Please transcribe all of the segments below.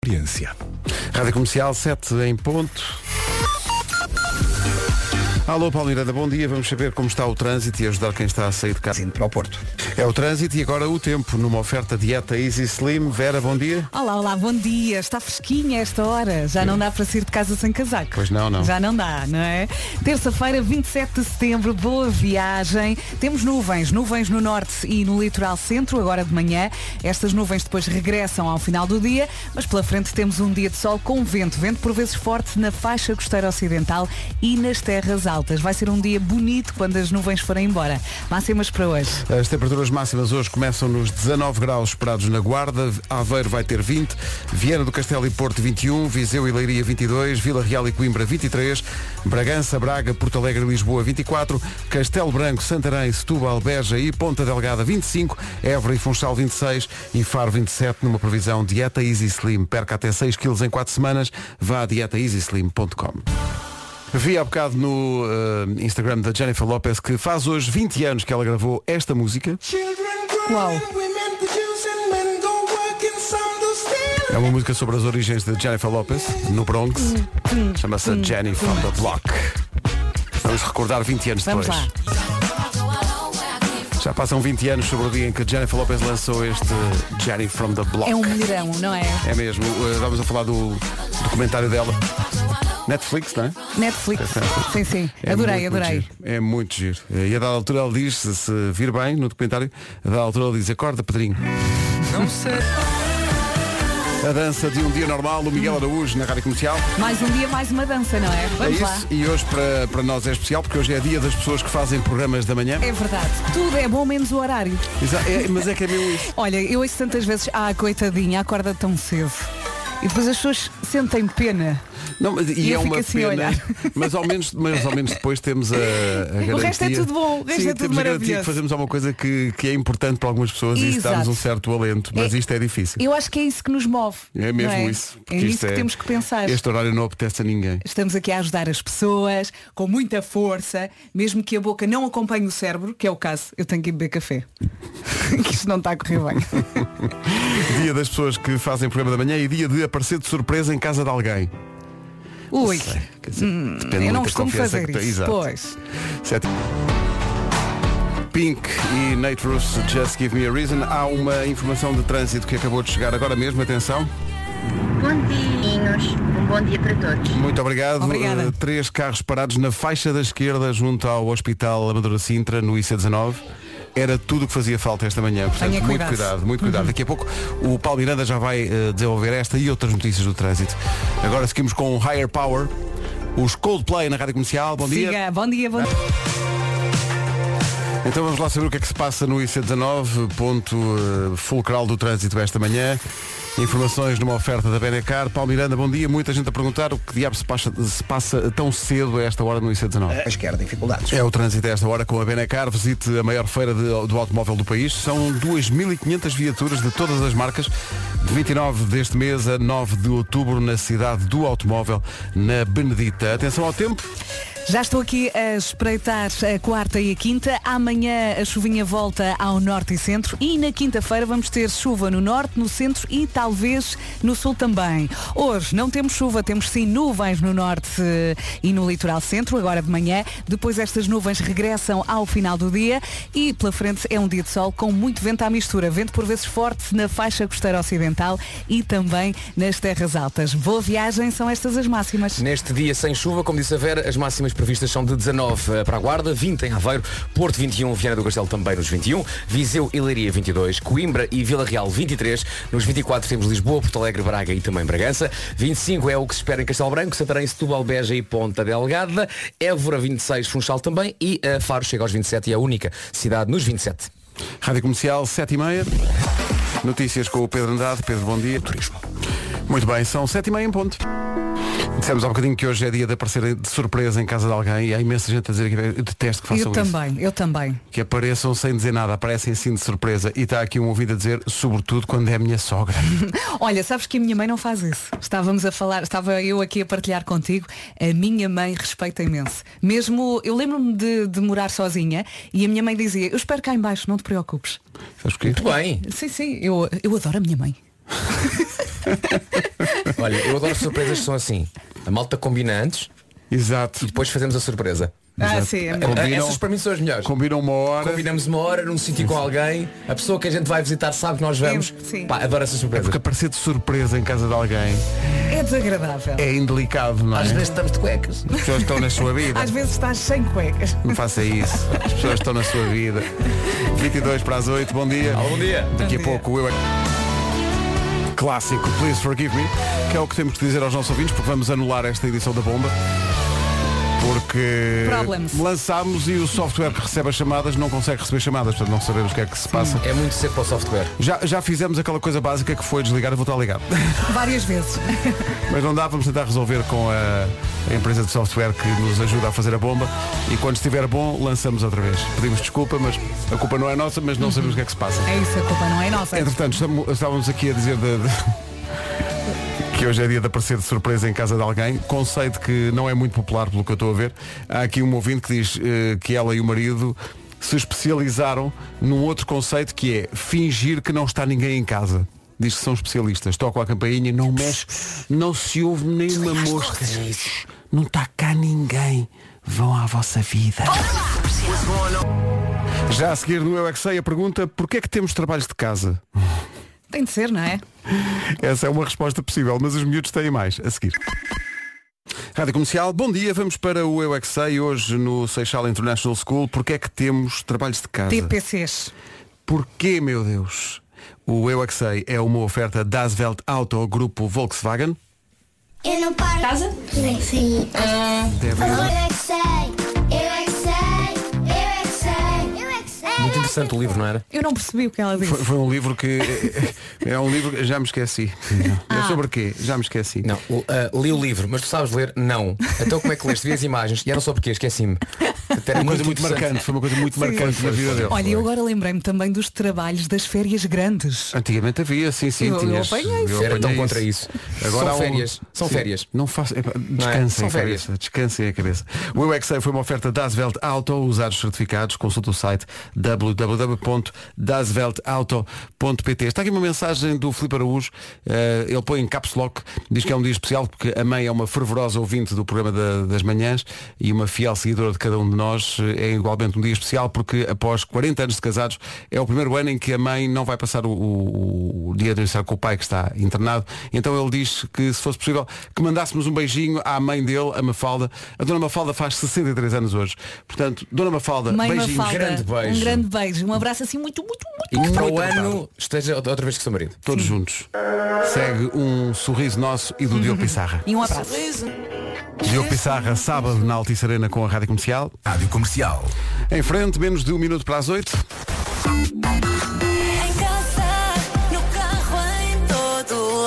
Sapiência. Rádio Comercial 7 em ponto. Alô, Paulo Miranda, bom dia. Vamos saber como está o trânsito e ajudar quem está a sair de casa. Para o Porto. É o trânsito e agora o tempo, numa oferta dieta Easy Slim. Vera, bom dia. Olá, bom dia. Está fresquinha esta hora. Já não dá para sair de casa sem casaco. Pois não. Já não dá, não é? Terça-feira, 27 de setembro, boa viagem. Temos nuvens no norte e no litoral centro, agora de manhã. Estas nuvens depois regressam ao final do dia, mas pela frente temos um dia de sol com vento por vezes forte na faixa costeira ocidental e nas terras altas. Vai ser um dia bonito quando as nuvens forem embora. Máximas para hoje. As temperaturas máximas hoje começam nos 19 graus esperados na Guarda. Aveiro vai ter 20, Viana do Castelo e Porto 21, Viseu e Leiria 22, Vila Real e Coimbra 23, Bragança, Braga, Porto Alegre e Lisboa 24, Castelo Branco, Santarém, Setúbal, Beja e Ponta Delgada 25, Évora e Funchal 26 e Faro 27, numa previsão Dieta Easy Slim. Perca até 6 kg em 4 semanas. Vá a dietaeasyslim.com. Vi há bocado no Instagram da Jennifer Lopez que faz hoje 20 anos que ela gravou esta música. Uau! É uma música sobre as origens de Jennifer Lopez, no Bronx. Chama-se Jenny from the Block. Vamos recordar 20 anos depois. Vamos lá. Já passam 20 anos sobre o dia em que Jennifer Lopez lançou este Jenny from the Block. É um mulherão, não é? É mesmo. Vamos a falar do documentário dela. Netflix, não é? Netflix. Sim. É Adorei. Muito giro. É muito giro. E a dada altura ela diz, se vir bem no documentário, a dada altura ela diz, acorda, Pedrinho. Não sei. A dança de um dia normal, o Miguel Araújo na Rádio Comercial. Mais um dia, mais uma dança, não é? Vamos lá. E hoje para nós é especial porque hoje é dia das pessoas que fazem programas da manhã. É verdade. Tudo é bom menos o horário. Mas é que é mesmo isso. Olha, eu ouço tantas vezes, coitadinha, acorda tão cedo. E depois as pessoas sentem pena. Não, e é uma assim pena, mas ao menos depois temos a garantia. O resto é tudo bom, o resto é tudo maravilhoso. Que fazemos alguma coisa que é importante para algumas pessoas. Exato. E isso dá-nos um certo alento, mas isto é difícil. Eu acho que é isso que nos move. É mesmo não é? isso. É nisso que temos que pensar. Este horário não apetece a ninguém. Estamos aqui a ajudar as pessoas com muita força, mesmo que a boca não acompanhe o cérebro, que é o caso, eu tenho que ir beber café. Que isto não está a correr bem. Dia das pessoas que fazem programa da manhã e dia de aparecer de surpresa em casa de alguém. Ui, depende eu não muito da costumo confiança fazer que isso. Exato. Pois. Pink e Nate Russo, Just Give Me a Reason. Há uma informação de trânsito que acabou de chegar agora mesmo, atenção. Bom dia, um bom dia para todos. Muito obrigado. Obrigada. 3 carros parados na faixa da esquerda junto ao Hospital Amadora Sintra, no IC19. Era tudo o que fazia falta esta manhã. Portanto, Tenha muito cuidado. cuidado. Daqui a pouco o Paulo Miranda já vai desenvolver esta e outras notícias do trânsito. Agora seguimos com o Higher Power, os Coldplay na Rádio Comercial. Bom dia. Siga. Bom dia. Então vamos lá saber o que é que se passa no IC19, ponto fulcral do trânsito esta manhã. Informações numa oferta da Benecar. Paulo Miranda, bom dia. Muita gente a perguntar o que diabo se passa tão cedo a esta hora no IC19. A esquerda, dificuldades. É o trânsito a esta hora com a Benecar. Visite a maior feira do automóvel do país. São 2.500 viaturas de todas as marcas. De 29 deste mês a 9 de outubro na cidade do automóvel, na Benedita. Atenção ao tempo. Já estou aqui a espreitar a quarta e a quinta. Amanhã a chuvinha volta ao norte e centro. E na quinta-feira vamos ter chuva no norte, no centro e talvez no sul também. Hoje não temos chuva, temos sim nuvens no norte e no litoral centro, agora de manhã. Depois estas nuvens regressam ao final do dia. E pela frente é um dia de sol com muito vento à mistura. Vento por vezes forte na faixa costeira ocidental e também nas terras altas. Boa viagem, são estas as máximas. Neste dia sem chuva, como disse a Vera, as máximas previstas são de 19 para a Guarda, 20 em Aveiro, Porto 21, Viana do Castelo também nos 21, Viseu e Leiria 22, Coimbra e Vila Real 23, nos 24 temos Lisboa, Porto Alegre, Braga e também Bragança, 25 é o que se espera em Castelo Branco, Santarém, Setúbal, Beja e Ponta Delgada, Évora 26, Funchal também e Faro chega aos 27 e é a única cidade nos 27. Rádio Comercial 7h30. Notícias com o Pedro Andrade. Pedro, bom dia. Turismo. Muito bem, são 7h30 em ponto. Dissemos há um bocadinho que hoje é dia de aparecer de surpresa em casa de alguém e há imensa gente a dizer que eu detesto que façam isso. Eu também. Que apareçam sem dizer nada, aparecem assim de surpresa. E está aqui um ouvido a dizer, sobretudo quando é a minha sogra. Olha, sabes que a minha mãe não faz isso. Estava eu aqui a partilhar contigo, a minha mãe respeita imenso. Mesmo, eu lembro-me de morar sozinha e a minha mãe dizia, eu espero cá em baixo, não te preocupes. Sabes porquê? Muito bem. Sim, eu adoro a minha mãe. Olha, eu adoro surpresas que são assim. A malta combina antes Exato. e depois fazemos a surpresa. Sim. Essas para mim são as melhores. Combinam uma hora. Combinamos uma hora num sítio com alguém. A pessoa que a gente vai visitar sabe que nós vamos. Sim. Pá, adoro essas surpresas. Porque aparecer de surpresa em casa de alguém É desagradável. é indelicado, não é? Às vezes estamos de cuecas. As pessoas estão na sua vida. Às vezes estás sem cuecas. Não faça isso. As pessoas estão na sua vida. 22 para as 8, bom dia. Bom dia. Daqui a Bom dia. pouco eu clássico Please Forgive Me, que é o que temos que dizer aos nossos ouvintes, porque vamos anular esta edição da bomba. Porque Problems. lançámos e o software que recebe as chamadas não consegue receber chamadas, portanto não sabemos o que é que se passa. É muito cedo para o software. Já fizemos aquela coisa básica que foi desligar e voltar a ligar. Várias vezes. Mas não dá, vamos tentar resolver com a empresa de software que nos ajuda a fazer a bomba e quando estiver bom lançamos outra vez. Pedimos desculpa, mas a culpa não é nossa, mas não sabemos o que é que se passa. É isso, a culpa não é nossa. Entretanto, estávamos aqui a dizer que hoje é dia de aparecer de surpresa em casa de alguém, conceito que não é muito popular pelo que eu estou a ver. Há aqui um ouvinte que diz que ela e o marido se especializaram num outro conceito que é fingir que não está ninguém em casa. Diz que são especialistas, tocam a campainha, não mexe, não se ouve nem uma mosca. Não está cá ninguém. Vão à vossa vida. Já a seguir no Eu é que Sei a pergunta, porquê é que temos trabalhos de casa? Tem de ser, não é? Essa é uma resposta possível, mas os miúdos têm mais. A seguir. Rádio Comercial, bom dia, vamos para o Eu é que Sei, hoje no Seixal International School. Porquê é que temos trabalhos de casa? TPCs. Porquê, meu Deus? O Eu é que Sei é uma oferta Das Welt Auto, grupo Volkswagen. Eu não paro. Casa? Sim. Deve Eu ir. é que sei, eu é que sei, eu é que sei, eu é que sei. Muito interessante o livro, não era? Eu não percebi o que ela disse. Foi um livro que é um livro que já me esqueci. É sobre quê? Já me esqueci. Não, li o livro, mas tu sabes ler? Não. Então como é que leste? Vi as imagens e era só porque esqueci-me. Era Uma coisa muito marcante, foi uma coisa muito marcante na vida dele. Olha, eu agora lembrei-me também dos trabalhos das férias grandes. Antigamente havia, sim, Eu tinhas. apanhei, eu Era tão apanhei contra isso. Agora há São férias. São Sim, férias. Não faço. Descansem São a férias. cabeça. Descansem a cabeça. O Eu é que Sei foi uma oferta Das Welt Auto. Usados certificados. Consulta o site www.dasweltauto.pt. Está aqui uma mensagem do Filipe Araújo. Ele põe em caps lock. Diz que é um dia especial porque a mãe é uma fervorosa ouvinte do programa das manhãs e uma fiel seguidora de cada um de nós. É igualmente um dia especial porque após 40 anos de casados é o primeiro ano em que a mãe não vai passar o dia de aniversário com o pai que está internado. Então ele diz que se fosse possível que mandássemos um beijinho à mãe dele, a Mafalda. A Dona Mafalda faz 63 anos hoje. Portanto, Dona Mafalda, Mãe beijinhos. Mafalda, grande beijo. um grande beijo. Um abraço assim muito, muito, muito. E que para o Muito ano esteja outra vez com o seu marido. Todos juntos. Segue um sorriso nosso e do Diogo Pissarra. E um abraço. Diogo Pissarra, sábado na Altice Arena com a Rádio Comercial. Rádio Comercial. Em frente, menos de 1 minuto para as 8. Em casa, no carro, em todo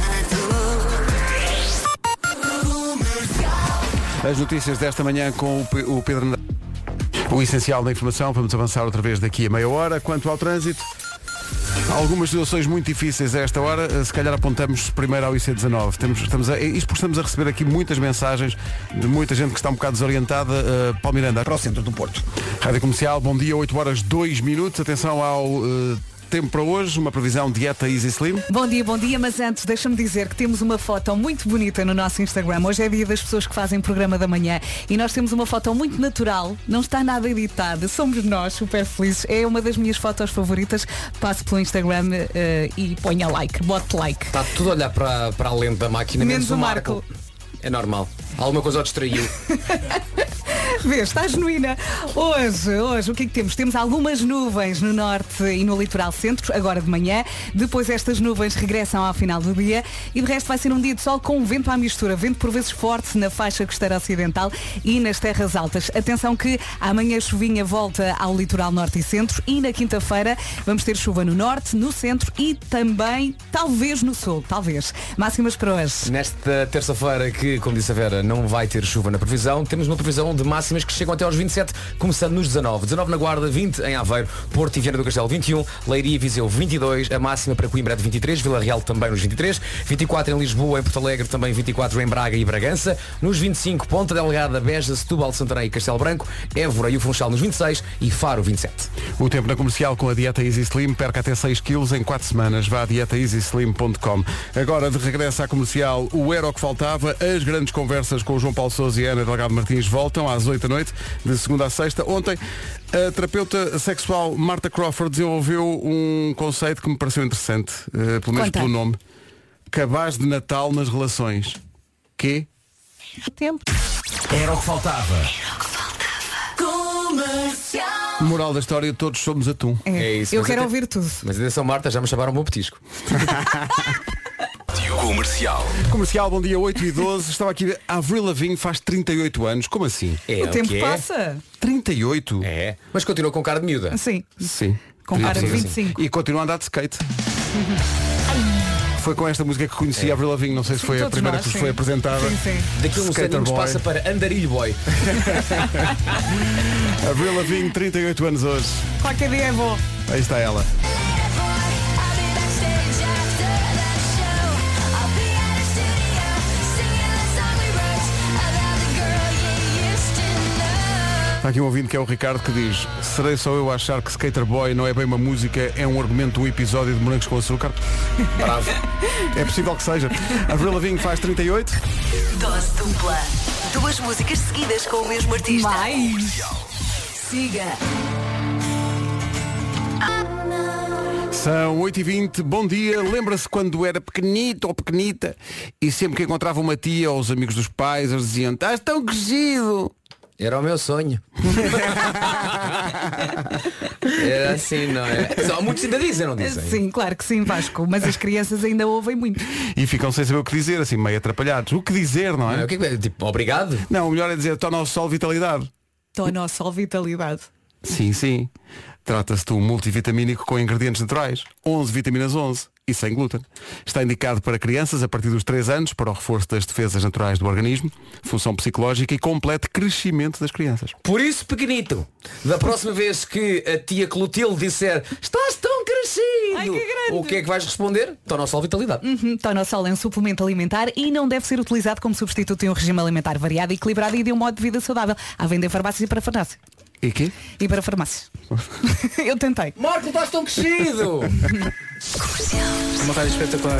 lado. As notícias desta manhã com o Pedro Andrade. O essencial da informação, vamos avançar outra vez daqui a meia hora. Quanto ao trânsito, algumas situações muito difíceis a esta hora. Se calhar apontamos primeiro ao IC19. Isto porque estamos a receber aqui muitas mensagens de muita gente que está um bocado desorientada. Paulo Miranda, Para o centro do Porto. Rádio Comercial, bom dia, 8 horas 2 minutos. Atenção ao tempo para hoje, uma previsão dieta Easy Slim. Bom dia, mas antes deixa-me dizer que temos uma foto muito bonita no nosso Instagram. Hoje é dia das pessoas que fazem programa da manhã e nós temos uma foto muito natural, não está nada editada, somos nós super felizes. É uma das minhas fotos favoritas. Passe pelo Instagram e ponha like, bote like. Está tudo a olhar para a lente da máquina, Menos o Marco. É normal. Alguma coisa o distraiu. Vês, está genuína. Hoje, o que é que temos? Temos algumas nuvens no norte e no litoral centro, agora de manhã. Depois estas nuvens regressam ao final do dia e de resto vai ser um dia de sol com vento à mistura. Vento por vezes forte na faixa costeira ocidental e nas terras altas. Atenção que amanhã a chuvinha volta ao litoral norte e centro e na quinta-feira vamos ter chuva no norte, no centro e também, talvez, no sul. Talvez. Máximas para hoje. Nesta terça-feira que, como disse a Vera, não vai ter chuva na previsão, temos uma previsão de máximas máximas que chegam até aos 27, começando nos 19. 19 na Guarda, 20 em Aveiro, Porto e Viana do Castelo 21, Leiria e Viseu 22, a máxima para Coimbra é de 23, Vila Real também nos 23, 24 em Lisboa, em Porto Alegre também 24 em Braga e Bragança, nos 25 Ponta Delgada, Beja, Setúbal, Santarém e Castelo Branco, Évora e o Funchal nos 26 e Faro 27. O tempo na Comercial com a dieta Easy Slim, perca até 6 kg em 4 semanas. Vá a dietaeasyslim.com. Agora de regresso à Comercial, o Era o que Faltava. As grandes conversas com o João Paulo Sousa e a Ana Delgado Martins voltam às 8 da noite, de segunda a sexta. Ontem, a terapeuta sexual Marta Crawford desenvolveu um conceito que me pareceu interessante, pelo menos pelo nome. Cabaz de Natal nas relações. Quê? Tempo. Era o que faltava. Moral da história, todos somos atum. É isso. Eu Mas quero até- ouvir tudo. Mas atenção, Marta, já me chamaram um bom petisco. Comercial. Comercial, bom dia, 8h12. Estava aqui, a Avril Lavigne faz 38 anos. Como assim? É, O tempo que é? passa. 38? É, mas continua com cara de miúda. Sim. Sim. Com cara de sim, sim. 25. E continua a andar de skate. Foi com esta música que conheci a Avril Lavigne. Não sei se foi a Todos primeira nós, que vos sim. foi apresentada. Sim, sim. Daqui a uns Skater aninhos boy. passa para Andarilho Boy. Avril Lavigne, 38 anos hoje. Qualquer dia é bom. Aí está ela. Está aqui um ouvinte que é o Ricardo que diz: serei só eu a achar que Skater Boy não é bem uma música, é um argumento de um episódio de Morangos com Açúcar? Bravo. É possível que seja. Avril Lavigne faz 38. Dose dupla. Duas músicas seguidas com o mesmo artista. Mais. Siga. São 8h20, bom dia. Lembra-se quando era pequenito ou pequenita e sempre que encontrava uma tia ou os amigos dos pais, eles diziam: estás tão crescido. Era o meu sonho. Era assim, não é? Só muitos ainda dizem, não dizem? Sim, claro que sim, Vasco. Mas as crianças ainda ouvem muito. E ficam sem saber o que dizer, assim, meio atrapalhados. O que dizer, não é? O que é que é? Tipo, obrigado? Não, o melhor é dizer: torna o sol vitalidade. Torna o sol vitalidade. Sim, sim. Trata-se de um multivitamínico com ingredientes naturais. 11 vitaminas 11 e sem glúten. Está indicado para crianças a partir dos 3 anos para o reforço das defesas naturais do organismo, função psicológica e completo crescimento das crianças. Por isso, pequenito, da próxima vez que a tia Clotilde disser estás tão crescido, Ai, que grande. o que é que vais responder? Torna o sol vitalidade. Torna o sol é um suplemento alimentar e não deve ser utilizado como substituto em um regime alimentar variado, equilibrado e de um modo de vida saudável. À venda em farmácias e para farmácia. E quê? E para farmácias. Eu tentei. Marco, estás tão crescido! Uma rádio espetacular.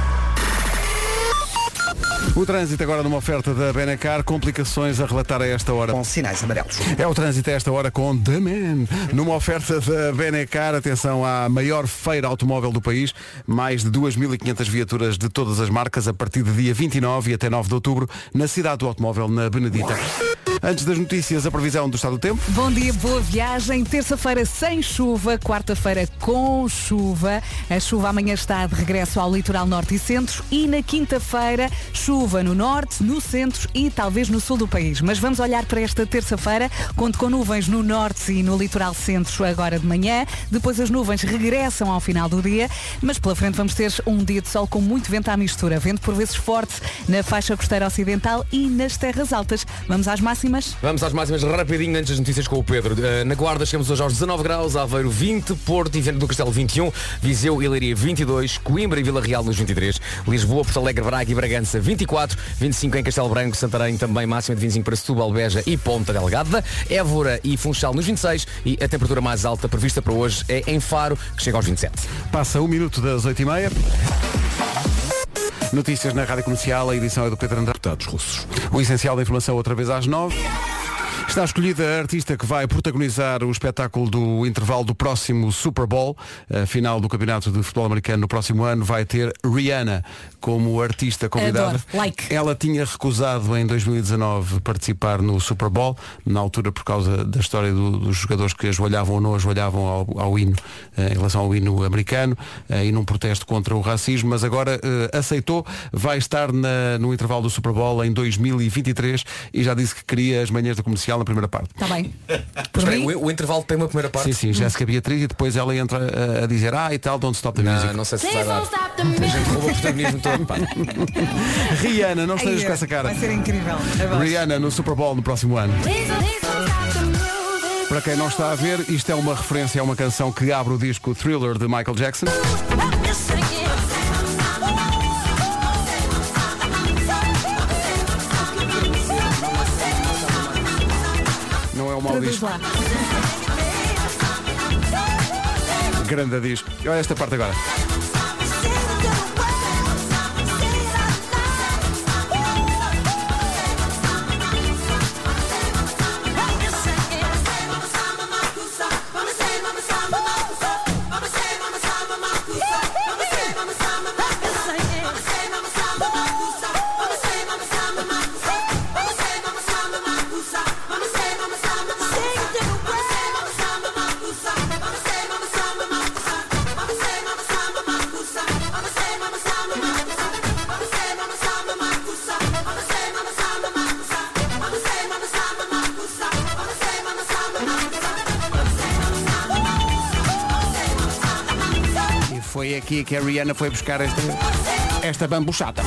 O trânsito agora numa oferta da Benacar, complicações a relatar a esta hora. Com sinais amarelos. É o trânsito a esta hora com The Man. Numa oferta da Benacar, atenção à maior feira automóvel do país, mais de 2.500 viaturas de todas as marcas a partir de dia 29 e até 9 de outubro, na cidade do automóvel, na Benedita. Antes das notícias, a previsão do estado do tempo. Bom dia, boa viagem. Terça-feira sem chuva, quarta-feira com chuva. A chuva amanhã está de regresso ao litoral norte e centro e na quinta-feira chuva no norte, no centro e talvez no sul do país. Mas vamos olhar para esta terça-feira, conto com nuvens no norte e no litoral centro agora de manhã. Depois as nuvens regressam ao final do dia, mas pela frente vamos ter um dia de sol com muito vento à mistura. Vento por vezes forte na faixa costeira ocidental e nas terras altas. Vamos às máximas. Vamos às máximas rapidinho antes das notícias com o Pedro. Na Guarda chegamos hoje aos 19 graus, Aveiro 20, Porto e Viana do Castelo 21, Viseu e Leiria 22, Coimbra e Vila Real nos 23, Lisboa, Porto Alegre, Braga e Bragança 24, 25 em Castelo Branco, Santarém também máxima de 25 para Setúbal, Beja e Ponta Delgada, Évora e Funchal nos 26 e a temperatura mais alta prevista para hoje é em Faro, que chega aos 27. Passa 1 minuto das 8h30. Notícias na Rádio Comercial, a edição é do Pedro Andrade. Deputados russos. O essencial da informação outra vez às 9. Está escolhida a artista que vai protagonizar o espetáculo do intervalo do próximo Super Bowl. A final do Campeonato de Futebol Americano no próximo ano vai ter Rihanna como artista convidada. Adoro. Like. Ela tinha recusado em 2019 participar no Super Bowl, na altura por causa da história dos jogadores que ajoelhavam ou não ajoelhavam ao hino, em relação ao hino americano, e num protesto contra o racismo, mas agora aceitou, vai estar no intervalo do Super Bowl em 2023 e já disse que queria as manhãs da Comercial na primeira parte. Está bem. Mas espera aí, o intervalo tem uma primeira parte? Sim, Jéssica Beatriz, e depois ela entra a dizer e tal, don't stop the music. Não sei se vai dar. A gente roubou o protagonismo todo. Pá. Rihanna, não estejas com essa cara. Vai ser incrível. Rihanna no Super Bowl no próximo ano. Para quem não está a ver, isto é uma referência a uma canção que abre o disco Thriller de Michael Jackson. Não é um mau disco. Lá. Grande disco. Olha esta parte agora. Foi aqui que a Rihanna foi buscar esta bambuchata.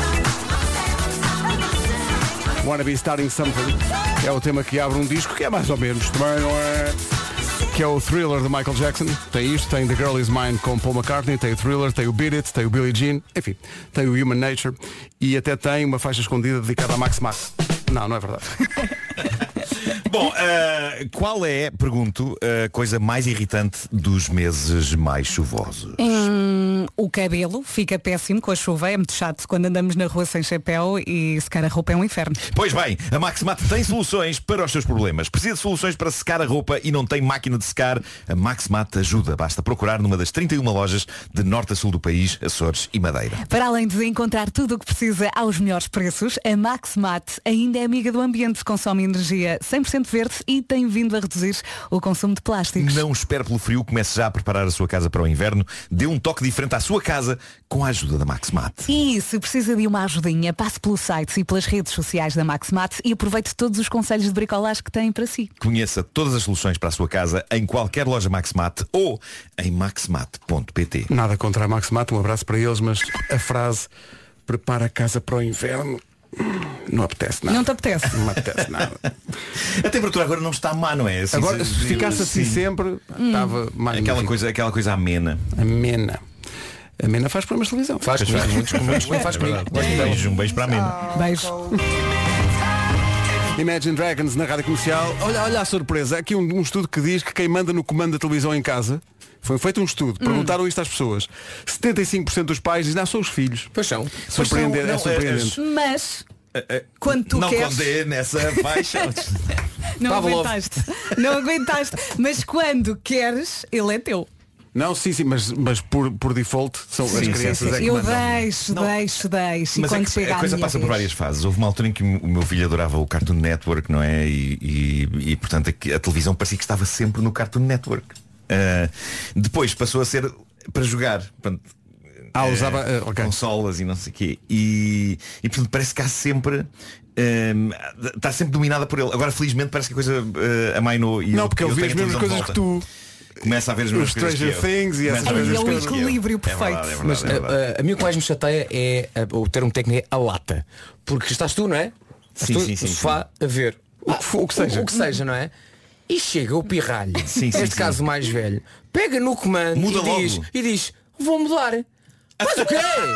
Wanna Be Starting Something é o tema que abre um disco que é mais ou menos, também não é? Que é o Thriller de Michael Jackson. Tem isto, tem The Girl Is Mine com Paul McCartney, tem o Thriller, tem o Beat It, tem o Billie Jean, enfim, tem o Human Nature e até tem uma faixa escondida dedicada a Max Max. Não é verdade. Bom, qual é, pergunto, a coisa mais irritante dos meses mais chuvosos? O cabelo fica péssimo com a chuva, é muito chato quando andamos na rua sem chapéu e secar a roupa é um inferno. Pois bem, a Maximat tem soluções para os seus problemas. Precisa de soluções para secar a roupa e não tem máquina de secar? A Maximat ajuda. Basta procurar numa das 31 lojas de norte a sul do país, Açores e Madeira. Para além de encontrar tudo o que precisa aos melhores preços, a Maximat ainda é amiga do ambiente, consome energia 100% verde e tem vindo a reduzir o consumo de plásticos. Não espere pelo frio, comece já a preparar a sua casa para o inverno. Dê um toque diferente à sua casa com a ajuda da Maximat. E se precisa de uma ajudinha, passe pelo site e pelas redes sociais da Maximat e aproveite todos os conselhos de bricolagem que têm para si. Conheça todas as soluções para a sua casa em qualquer loja Maximat ou em maximat.pt. Nada contra a Maximat, um abraço para eles, mas a frase prepara a casa para o inverno não apetece nada. Não te apetece? Não me apetece nada. A temperatura agora não está má, não é? Assim, agora, se ficasse assim sempre, estava mais aquela coisa amena. A Mena faz programas de televisão. Faz comigo. Um beijo para a Mena. Beijo. Imagine Dragons na rádio comercial. Olha a surpresa. Aqui um estudo que diz que quem manda no comando da televisão em casa, foi feito um estudo, perguntaram isto às pessoas. 75% dos pais dizem, são os filhos. Pois são. Surpreendente. Mas quando tu não queres... condene essa faixa. Não aguentaste. Mas quando queres, ele é teu. Não, sim, mas por default são as crianças. É que eu mandam. deixo. Mas a coisa passa por várias fases. Houve uma altura em que o meu filho adorava o Cartoon Network, não é? E portanto a televisão parecia que estava sempre no Cartoon Network. Depois passou a ser para jogar. Portanto, usava consolas e não sei o quê. E portanto parece que há sempre... está sempre dominada por ele. Agora felizmente parece que a coisa amainou. Não, porque ele vê as mesmas coisas que tu. Começa a ver as mesmas coisas que eu. Things e essas coisas. É o equilíbrio perfeito. É verdade, mas a mim o que mais me chateia é o termo técnico é a lata. Porque estás tu, não é? Sim. No sofá a ver o que seja. O que seja, não é? E chega o pirralho, sim. caso mais velho, pega no comando Muda e diz, vou mudar. Faz o quê?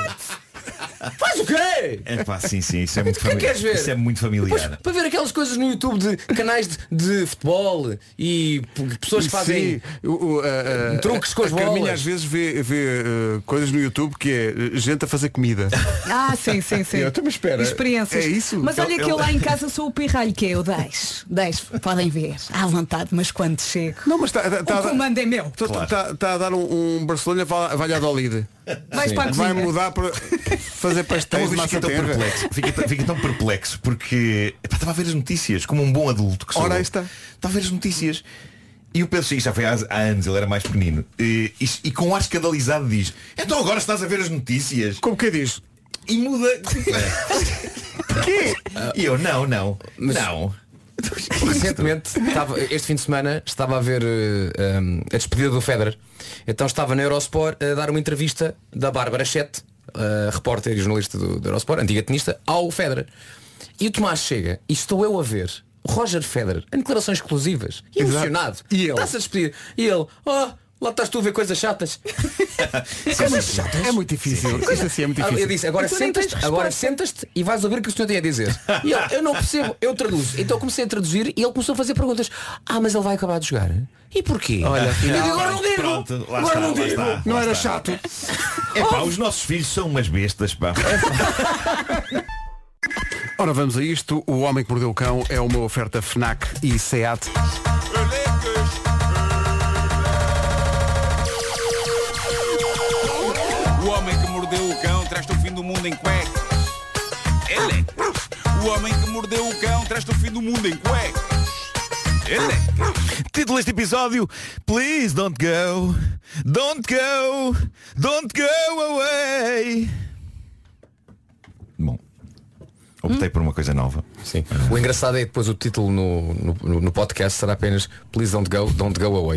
Faz o quê? Sim, isso é muito familiar. Queres ver? Isso é muito familiar. Depois, para ver aquelas coisas no YouTube de canais de futebol e pessoas que fazem truques com as bolas. A Carminha às vezes vê coisas no YouTube que é gente a fazer comida. Sim. Eu também espero. Experiências. É isso? Mas olha que eu lá em casa sou o pirralho que é, eu deixo. Podem ver, à vontade, mas quando chego, não, mas o comando é meu. Está a dar um Barcelona Valladolid. Vais para a cozinha. Vai mudar para fazer pastéis de massa terra. Fica tão perplexo porque estava a ver as notícias como um bom adulto que sou. Ora, está a ver as notícias e eu penso, isto já foi há anos, ele era mais pequenino e com um ar escandalizado diz, então agora estás a ver as notícias? Como que diz? E muda. Porquê? E eu, não. Recentemente, este fim de semana, estava a ver a despedida do Federer. Então estava na Eurosport a dar uma entrevista da Bárbara Chete, repórter e jornalista do Eurosport, antiga tenista, ao Federer. E o Tomás chega e estou eu a ver Roger Federer em declarações exclusivas, emocionado. E ele está-se a despedir. E ele, lá estás tu a ver coisas chatas. Coisas chatas? É muito difícil. Coisa assim é muito difícil. Eu disse, agora sentas-te e vais ouvir o que o senhor tem a dizer. E ele, eu não percebo, eu traduzo. Então comecei a traduzir e ele começou a fazer perguntas. Mas ele vai acabar de jogar? E porquê? Olha, afinal, agora não digo. Pronto, lá agora está, não digo. lá não era está. chato. Os nossos filhos são umas bestas, pá. Ora, vamos a isto. O Homem que Mordeu o Cão é uma oferta FNAC e SEAT. O Homem que Mordeu o Cão traz-te o fim do mundo em cuecas. O Homem que Mordeu o Cão traz-te o fim do mundo em cuecas. Título deste episódio: Please don't go, don't go, don't go away. Bom, optei por uma coisa nova. Sim. O engraçado é que depois o título no podcast será apenas Please don't go away.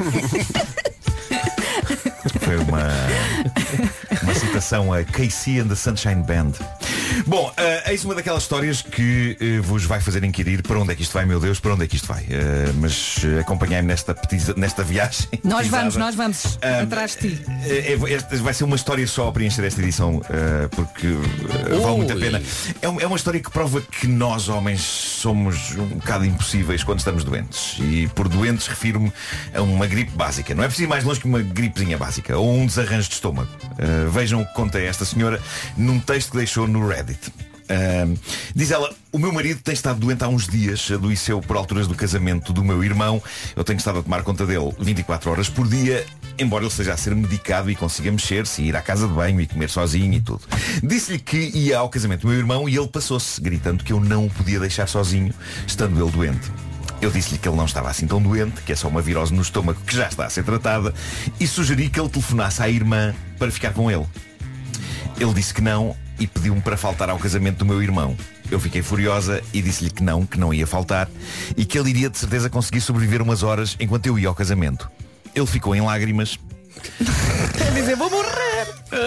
Foi uma citação a Casey and the Sunshine Band. Bom, eis uma daquelas histórias que vos vai fazer inquirir para onde é que isto vai, meu Deus, para onde é que isto vai. Mas acompanhai-me nesta viagem. Nós vamos atrás de ti. Vai ser uma história só a preencher esta edição, porque vale muito a pena. É uma história que prova que nós, homens, somos um bocado impossíveis quando estamos doentes. E por doentes refiro-me a uma gripe básica. Não é preciso ir mais longe que uma gripezinha básica ou um desarranjo de estômago. Vejam o que conta esta senhora num texto que deixou no Reddit. Diz ela: o meu marido tem estado doente há uns dias, adoeceu por alturas do casamento do meu irmão. Eu tenho estado a tomar conta dele 24 horas por dia, embora ele esteja a ser medicado e consiga mexer-se, ir à casa de banho e comer sozinho e tudo. Disse-lhe que ia ao casamento do meu irmão e ele passou-se, gritando que eu não o podia deixar sozinho, estando ele doente. Eu disse-lhe que ele não estava assim tão doente, que é só uma virose no estômago que já está a ser tratada, e sugeri que ele telefonasse à irmã para ficar com ele. Ele disse que não e pediu-me para faltar ao casamento do meu irmão. Eu fiquei furiosa e disse-lhe que não ia faltar e que ele iria de certeza conseguir sobreviver umas horas enquanto eu ia ao casamento. Ele ficou em lágrimas. Quer dizer, vou morrer.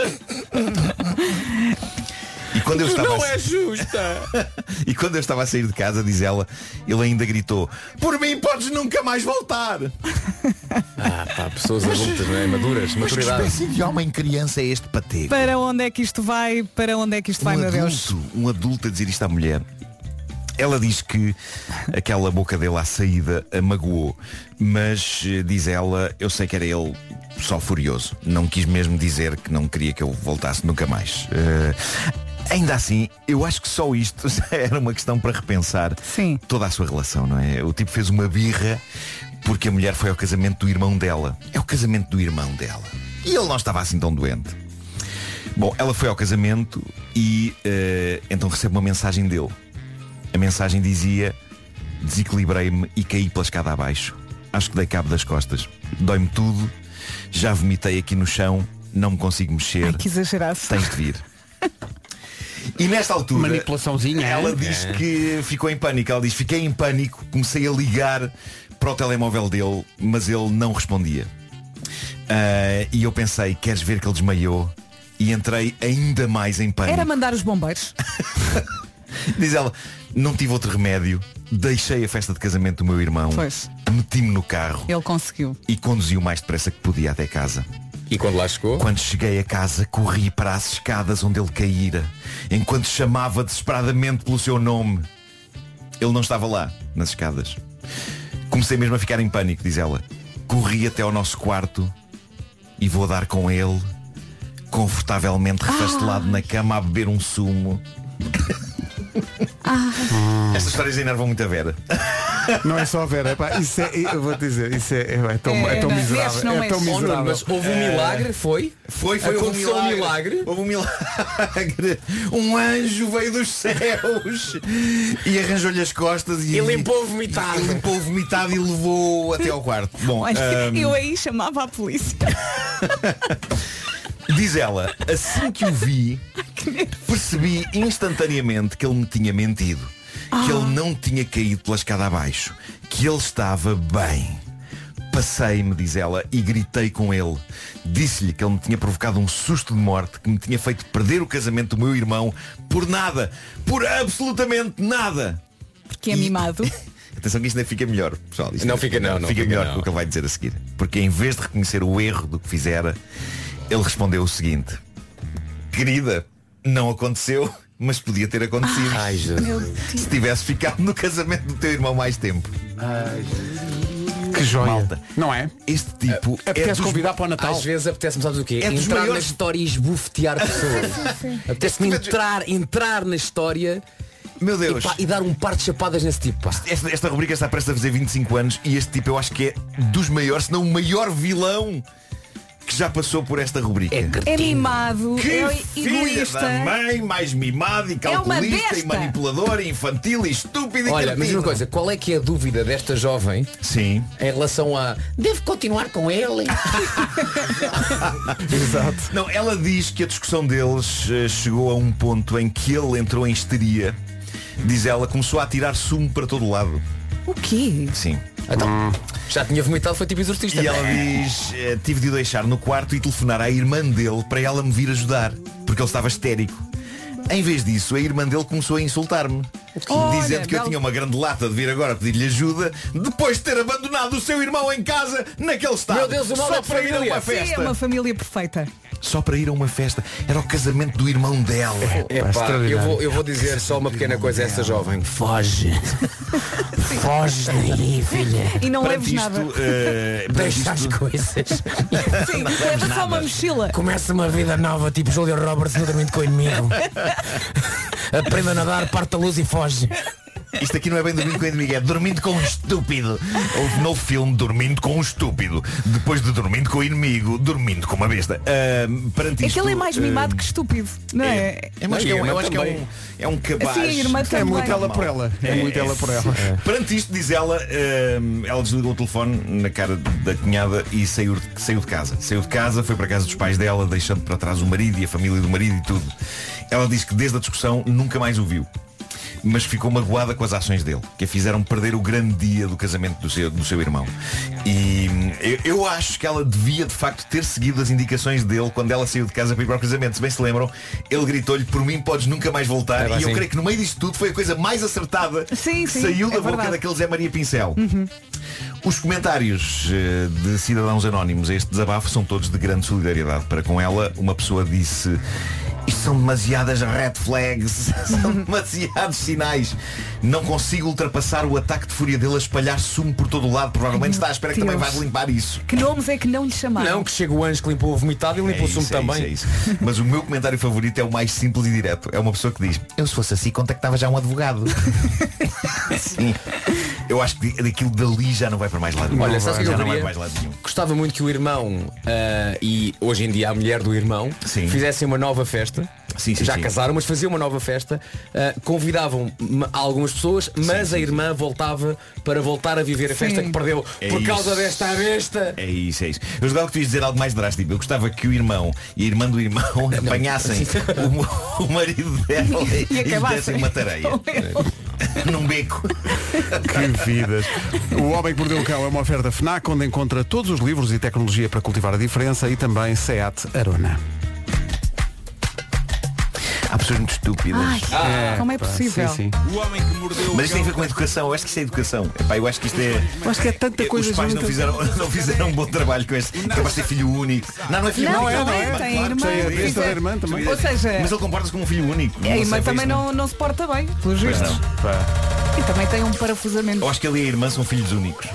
E quando eu estava não é justa. E quando eu estava a sair de casa, diz ela, ele ainda gritou: por mim podes nunca mais voltar. Pessoas adultas, não é? Maduras, maturidade. Que espécie de homem criança é este patego? Para onde é que isto vai? Para onde é que isto vai, meu Deus? Um adulto a dizer isto à mulher. Ela diz que aquela boca dele à saída a magoou, mas diz ela, eu sei que era ele só furioso. Não quis mesmo dizer que não queria que eu voltasse nunca mais. Ainda assim, eu acho que só isto era uma questão para repensar. Sim. Toda a sua relação, não é? O tipo fez uma birra porque a mulher foi ao casamento do irmão dela. É o casamento do irmão dela. E ele não estava assim tão doente. Bom, ela foi ao casamento e então recebe uma mensagem dele. A mensagem dizia: desequilibrei-me e caí pela escada abaixo. Acho que dei cabo das costas. Dói-me tudo. Já vomitei aqui no chão. Não me consigo mexer. Ai, que exagerado. Tens de vir. E nesta altura manipulaçãozinha, ela diz que ficou em pânico. Ela diz: fiquei em pânico, comecei a ligar para o telemóvel dele, mas ele não respondia. E eu pensei: queres ver que ele desmaiou? E entrei ainda mais em pânico. Era mandar os bombeiros. Diz ela: não tive outro remédio. Deixei a festa de casamento do meu irmão. Pois. Meti-me no carro. Ele conseguiu. E conduzi o mais depressa que podia até casa. E quando lá chegou? Quando cheguei a casa, corri para as escadas onde ele caíra, enquanto chamava desesperadamente pelo seu nome. Ele não estava lá, nas escadas. Comecei mesmo a ficar em pânico, diz ela. Corri até ao nosso quarto e vou dar com ele, confortavelmente refastelado na cama a beber um sumo. Estas histórias enervam muito a Vera. Não é só a Vera, isso é, eu vou dizer, isso é tão miserável. É tão miserável. Mas houve um milagre, foi aconteceu um milagre. Houve um milagre. Um anjo veio dos céus e arranjou-lhe as costas e limpou o vomitado. Limpou o vomitado e levou até ao quarto. Bom, olha, eu aí chamava a polícia. Diz ela: assim que o vi, percebi instantaneamente que ele me tinha mentido. que ele não tinha caído pela escada abaixo, que ele estava bem. Passei-me, diz ela, e gritei com ele. Disse-lhe que ele me tinha provocado um susto de morte, que me tinha feito perder o casamento do meu irmão por nada, por absolutamente nada. Porque é mimado. Atenção que isto ainda fica melhor, pessoal. Isto Não fica não, não fica fica melhor não. do que ele vai dizer a seguir. Porque em vez de reconhecer o erro do que fizera, ele respondeu o seguinte: querida, não aconteceu, mas podia ter acontecido. Ai, Jesus. Se tivesse ficado no casamento do teu irmão mais tempo. Que joia. Malta, não é? Este tipo apetece convidar para o Natal. Às vezes apetece-me, sabes o quê? É dos Entrar maiores- na história e esbofetear pessoas. Apetece-me entrar na história Meu Deus. e dar um par de chapadas nesse tipo. Pá. Esta rubrica está prestes a fazer 25 anos e este tipo eu acho que é dos maiores, se não o maior vilão que já passou por esta rubrica. É mimado, Que é filha egoísta. da mãe, mais mimado e uma calculista e besta. manipulador e infantil e estúpido e Olha, mas cretino. uma coisa, qual é que é a dúvida desta jovem Sim. em relação a devo continuar com ele? Exato. Não, ela diz que a discussão deles chegou a um ponto em que ele entrou em histeria. Diz ela, começou a tirar sumo para todo lado. O quê? Sim. Então, já tinha vomitado, foi tipo exorcista. E ela diz, tive de o deixar no quarto e telefonar à irmã dele para ela me vir ajudar, porque ele estava histérico. Em vez disso, a irmã dele começou a insultar-me, dizendo que eu tinha uma grande lata de vir agora pedir-lhe ajuda, depois de ter abandonado o seu irmão em casa naquele estado. Meu Deus, o mal só é de para ir a família. uma Sim, é festa. uma família perfeita. Só para ir a uma festa. Era o casamento do irmão dela. Epá, eu vou dizer só uma pequena coisa a essa jovem. Foge. Foge daí, filha. E não leves Perante nada. isto, Deixa as coisas. Sim, leva só uma mochila. Começa uma vida nova, tipo Julia Roberts no Dormindo com o Inimigo. Aprenda a nadar, parte a luz e foge. Isto aqui não é bem dormindo com o inimigo, é dormindo com um estúpido. Houve novo filme Dormindo com um estúpido. Depois de Dormindo com o inimigo, dormindo com uma besta. Perante É isto, que ele é mais mimado que estúpido, não é? É mais que eu acho que é um cabaz. Sim, a irmã É também. muito ela por ela. É muito ela por ela. Perante isto, diz ela, ela desligou o telefone na cara da cunhada e saiu de casa. Saiu de casa, foi para a casa dos pais dela, deixando para trás o marido e a família do marido e tudo. Ela diz que desde a discussão nunca mais o viu, mas ficou magoada com as ações dele, que a fizeram perder o grande dia do casamento do seu irmão. E eu acho que ela devia de facto ter seguido as indicações dele quando ela saiu de casa para ir para o casamento. Se bem se lembram, ele gritou-lhe, por mim podes nunca mais voltar. E eu creio que no meio disto tudo foi a coisa mais acertada Sim, que saiu da boca verdade. daquele Zé Maria Pincel. Os comentários de cidadãos anónimos a este desabafo são todos de grande solidariedade para com ela. Uma pessoa disse: isto são demasiadas red flags, são demasiados sinais. Não consigo ultrapassar o ataque de fúria dele a espalhar sumo por todo o lado. Provavelmente está à espera que também vais limpar isso. Que nomes é que não lhe chamaram? Não, que chega o anjo que limpou o vomitado e limpou o sumo também. É isso. Mas o meu comentário favorito é o mais simples e direto. É uma pessoa que diz: eu se fosse assim contactava já um advogado. Sim. Eu acho que daquilo dali já não vai para mais lado nenhum. Olha, sabes o que eu já não vai queria? para mais lado nenhum. Gostava muito que o irmão e hoje em dia a mulher do irmão fizessem uma nova festa. Já casaram, mas faziam uma nova festa. Convidavam algumas pessoas, mas a irmã voltava para voltar a viver a festa que perdeu por causa desta besta. É isso, é isso. Eu gostava que tu ias dizer algo mais drástico. Eu gostava que o irmão e a irmã do irmão apanhassem o marido dela e lhe dessem uma tareia. Num beco. Que vidas. O Homem que Mordeu o Cão é uma oferta FNAC, onde encontra todos os livros e tecnologia para cultivar a diferença, e também SEAT Arona. Há pessoas muito estúpidas. Ai, como é possível? Sim. O homem que mordeu o Mas isto tem a ver cão. com a educação. Eu acho que isto é educação. Epá, eu acho que isto é. Eu acho que é tanta coisa Os pais não junta. fizeram um bom trabalho com este. Capaz de ser filho único. Não é filho Não, único. não é, Claro, tem claro, irmã. claro, Tem a besta da irmã também. Ou seja, Mas ele comporta-se como um filho único. a irmã sei, também foi isso, não se porta bem, pelos vistos. E também tem um parafusamento. Eu acho que ele e a irmã são filhos únicos.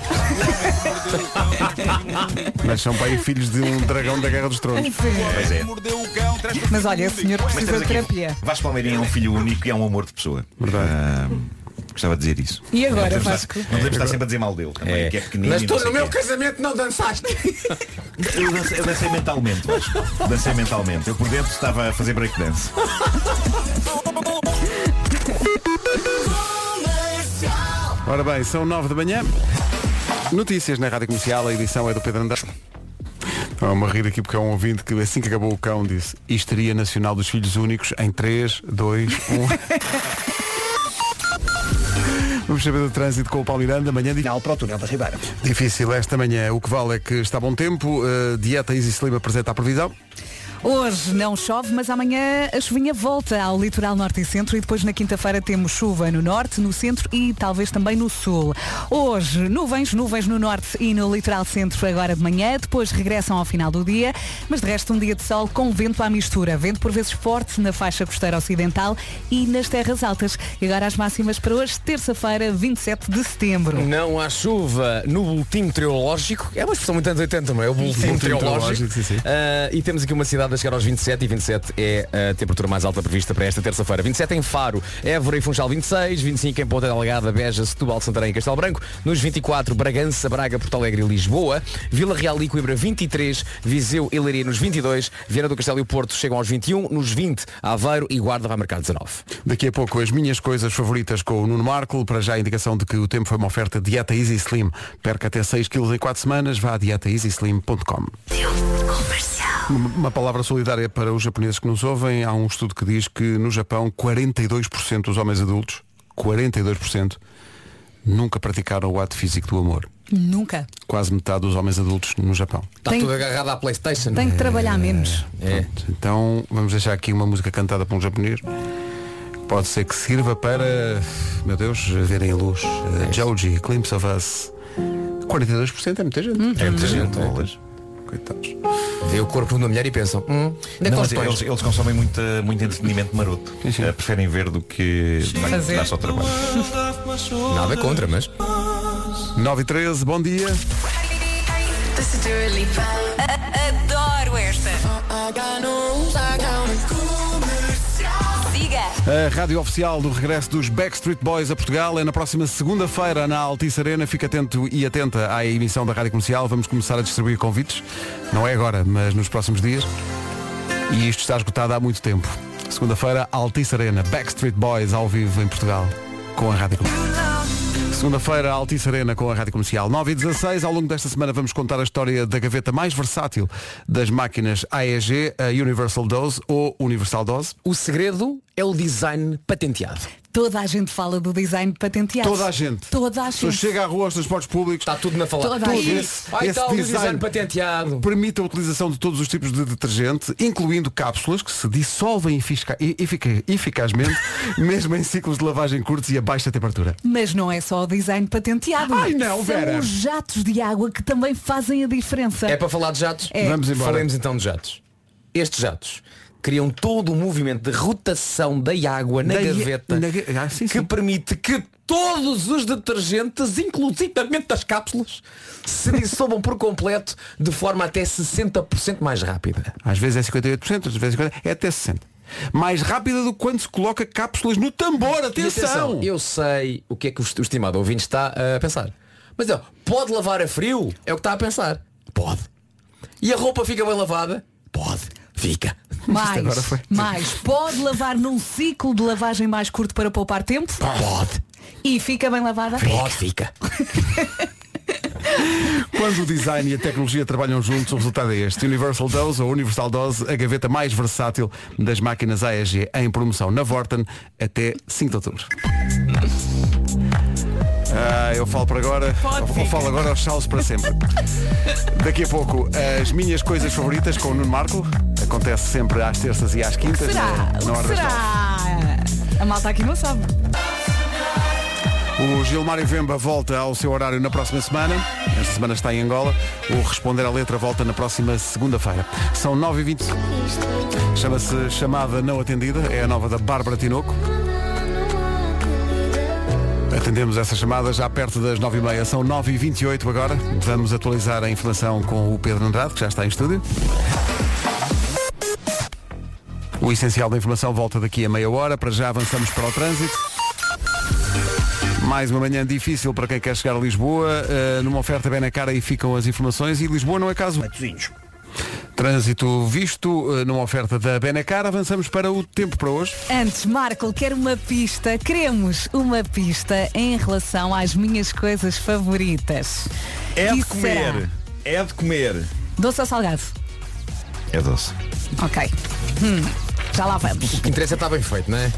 Mas são para aí filhos de um dragão da Guerra dos Tronos. Pois é. Mordeu o cão, traz Mas olha, esse senhor Mas precisa temos de aqui, terapia. Vasco Palmeirinho é um filho único e é um amor de pessoa. Verdade. Gostava de dizer isso. E agora, Não podemos Vasco? estar- não podemos estar sempre a dizer mal dele também, que é pequenino. Mas e não tu sei no meu quê. casamento não dançaste. Eu dancei mentalmente, Vasco. Dancei mentalmente. Eu por dentro estava a fazer breakdance. Ora bem, são 9 da manhã. Notícias na Rádio Comercial, a edição é do Pedro André. Vamos a rir aqui porque é um ouvinte que assim que acabou o cão disse: histeria nacional dos filhos únicos em 3, 2, 1. Vamos saber do trânsito com o Paulo Miranda. Amanhã para o túnel da Ribeira. difícil esta manhã. O que vale é que está bom tempo. Dieta Easy Slim apresenta a previsão. Hoje não chove, mas amanhã a chuvinha volta ao litoral norte e centro e depois na quinta-feira temos chuva no norte, no centro e talvez também no sul. Hoje, nuvens no norte e no litoral centro agora de manhã, depois regressam ao final do dia, mas de resto um dia de sol com vento à mistura. Vento por vezes forte na faixa costeira ocidental e nas terras altas. E agora as máximas para hoje, terça-feira, 27 de setembro. Não há chuva no boletim meteorológico. É uma expressão muito anos 80, não é? O boletim meteorológico. Sim. E temos aqui uma cidade a chegar aos 27 e 27 é a temperatura mais alta prevista para esta terça-feira. 27 em Faro, Évora e Funchal 26, 25 em Ponta Delgada, Beja, Setúbal, Santarém e Castelo Branco. Nos 24, Bragança, Braga, Porto Alegre e Lisboa. Vila Real e Coimbra 23, Viseu e Leiria nos 22, Viana do Castelo e o Porto chegam aos 21, nos 20, Aveiro e Guarda vai marcar 19. Daqui a pouco as minhas coisas favoritas com o Nuno Marco. Para já a indicação de que o tempo foi uma oferta Dieta Easy Slim. Perca até 6 kg em 4 semanas. Vá a dietaeasyslim.com. Uma palavra solidária para os japoneses que nos ouvem. Há um estudo que diz que no Japão 42% dos homens adultos, 42%, nunca praticaram o ato físico do amor. Nunca. Quase metade dos homens adultos no Japão. Está tudo agarrado à PlayStation. Tem que trabalhar menos. Pronto. Então vamos deixar aqui uma música cantada por um japonês. Pode ser que sirva para, meu Deus, verem a luz. Joji, Glimpse of Us. 42% é muita gente. É muita gente. Coitados. Vê o corpo de uma mulher e pensam, Não, mas eles consomem muito entretenimento maroto. Preferem ver do que dar só trabalho. Nada contra, mas 9h13, bom dia. Adoro esta. Siga. A rádio oficial do regresso dos Backstreet Boys a Portugal é na próxima segunda-feira na Altice Arena. Fica atento e atenta à emissão da Rádio Comercial. Vamos começar a distribuir convites. Não é agora, mas nos próximos dias. E isto está esgotado há muito tempo. Segunda-feira, Altice Arena, Backstreet Boys ao vivo em Portugal com a Rádio Comercial. Segunda-feira, Altice Arena com a Rádio Comercial. 9h16, ao longo desta semana vamos contar a história da gaveta mais versátil das máquinas AEG, a Universal Dose ou Universal Dose. o segredo é o design patenteado. Toda a gente fala do design patenteado. Toda a gente. Toda a Se gente. chega à rua aos transportes públicos, Está tudo na falar. Toda a gente. Esse design patenteado. permite a utilização de todos os tipos de detergente, incluindo cápsulas que se dissolvem eficazmente, mesmo em ciclos de lavagem curtos e a baixa temperatura. Mas não é só o design patenteado. Ai, não, São Vera. os jatos de água que também fazem a diferença. É para falar de jatos? É. Vamos embora. Falemos então de jatos. Estes jatos criam todo um movimento de rotação da água na gaveta Sim, que permite que todos os detergentes, inclusivamente as cápsulas, se dissolvam por completo de forma até 60% mais rápida. Às vezes é 58%, às vezes é até 60%. Mais rápida do que quando se coloca cápsulas no tambor. E Atenção! eu sei o que é que o estimado ouvinte está a pensar. Mas pode lavar a frio? É o que está a pensar. Pode. E a roupa fica bem lavada? Pode. Fica. Mais. Pode lavar num ciclo de lavagem mais curto para poupar tempo? Pode. E fica bem lavada? Pode, fica. Quando o design e a tecnologia trabalham juntos, o resultado é este. Universal Dose ou Universal Dose, a gaveta mais versátil das máquinas AEG, em promoção na Vorten até 5 de outubro. Eu falo por agora, ou falo agora aos saltos para sempre. Daqui a pouco, as minhas coisas favoritas com o Nuno Marco. Acontece sempre às terças e às quintas. Será? Na hora das 9. A malta aqui não sabe. O Gilmário Vemba volta ao seu horário na próxima semana. Esta semana está em Angola. O Responder à Letra volta na próxima segunda-feira. São 9h20. Chama-se Chamada Não Atendida. É a nova da Bárbara Tinoco. Atendemos essa chamada já perto das 9h30. São 9h28 agora. Vamos atualizar a informação com o Pedro Andrade, que já está em estúdio. O essencial da informação volta daqui a meia hora. Para já avançamos para o trânsito. Mais uma manhã difícil para quem quer chegar a Lisboa. Numa oferta bem na cara, aí ficam as informações. E Lisboa não é caso. Trânsito visto numa oferta da Benacar. Avançamos para o tempo para hoje. Antes, Marco, quero uma pista. Queremos uma pista em relação às minhas coisas favoritas. É de Que comer. será? É de comer. Doce ou salgado? É doce. Ok. Já lá vamos. O que interessa está bem feito, não é?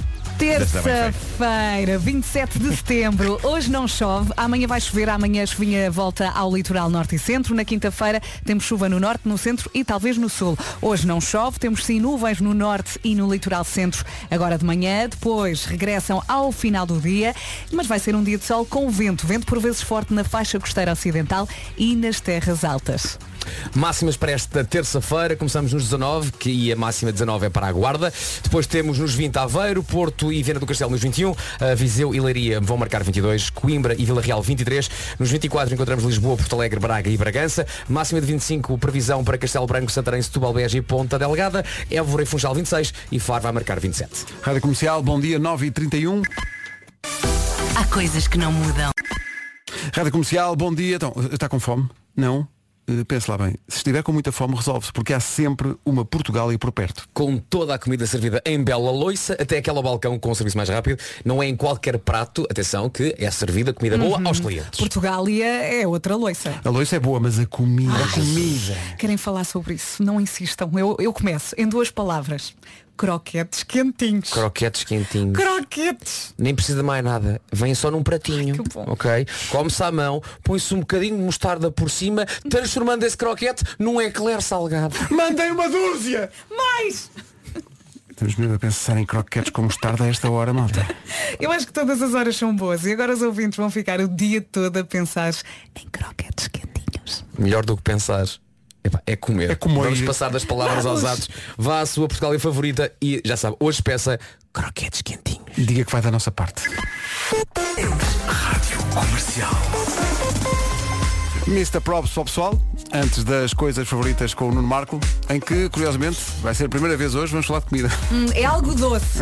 Terça-feira, 27 de setembro. Hoje não chove, amanhã vai chover, amanhã a chuvinha volta ao litoral norte e centro. Na quinta-feira temos chuva no norte, no centro e talvez no sul. Hoje não chove, temos sim nuvens no norte e no litoral centro agora de manhã. Depois regressam ao final do dia, mas vai ser um dia de sol com vento. Vento por vezes forte na faixa costeira ocidental e nas terras altas. Máximas para esta terça-feira, começamos nos 19, que a máxima 19 é para a Guarda. Depois temos nos 20 Aveiro, Porto e Viana do Castelo nos 21, Viseu e Leiria vão marcar 22, Coimbra e Vila Real 23, nos 24 encontramos Lisboa, Porto Alegre, Braga e Bragança, máxima de 25, previsão para Castelo Branco, Santarém, Setúbal, Beja e Ponta Delgada, Évora e Funchal 26 e Faro vai marcar 27. Rádio Comercial, bom dia, 9h31. Há coisas que não mudam. Rádio Comercial, bom dia. Então, está com fome? Não? Pense lá bem, se estiver com muita fome resolve-se, porque há sempre uma Portugália por perto. Com toda a comida servida em bela loiça, até aquele balcão com o serviço mais rápido, não é em qualquer prato, atenção, que é servida comida boa aos clientes. Portugália é outra loiça. A loiça é boa, mas a comida... Querem falar sobre isso? Não insistam. Eu começo em 2 palavras. Croquetes quentinhos. Croquetes quentinhos. Croquetes. Nem precisa de mais nada. Vem só num pratinho. Ai, que bom. Ok? Come-se à mão, põe-se um bocadinho de mostarda por cima, transformando esse croquete num eclair salgado. Mandem uma dúzia! Mais! Estamos mesmo a pensar em croquetes com mostarda a esta hora, malta. Eu acho que todas as horas são boas. E agora os ouvintes vão ficar o dia todo a pensar em croquetes quentinhos. Melhor do que pensar. É comer. É comer. Vamos passar das palavras aos atos. Vá à sua Portugália favorita e já sabe, hoje peça croquetes quentinhos. Diga que vai da nossa parte. Rádio Comercial. Mr. Probs para o pessoal, antes das coisas favoritas com o Nuno Marco, em que, curiosamente, vai ser a primeira vez hoje, vamos falar de comida. É algo doce.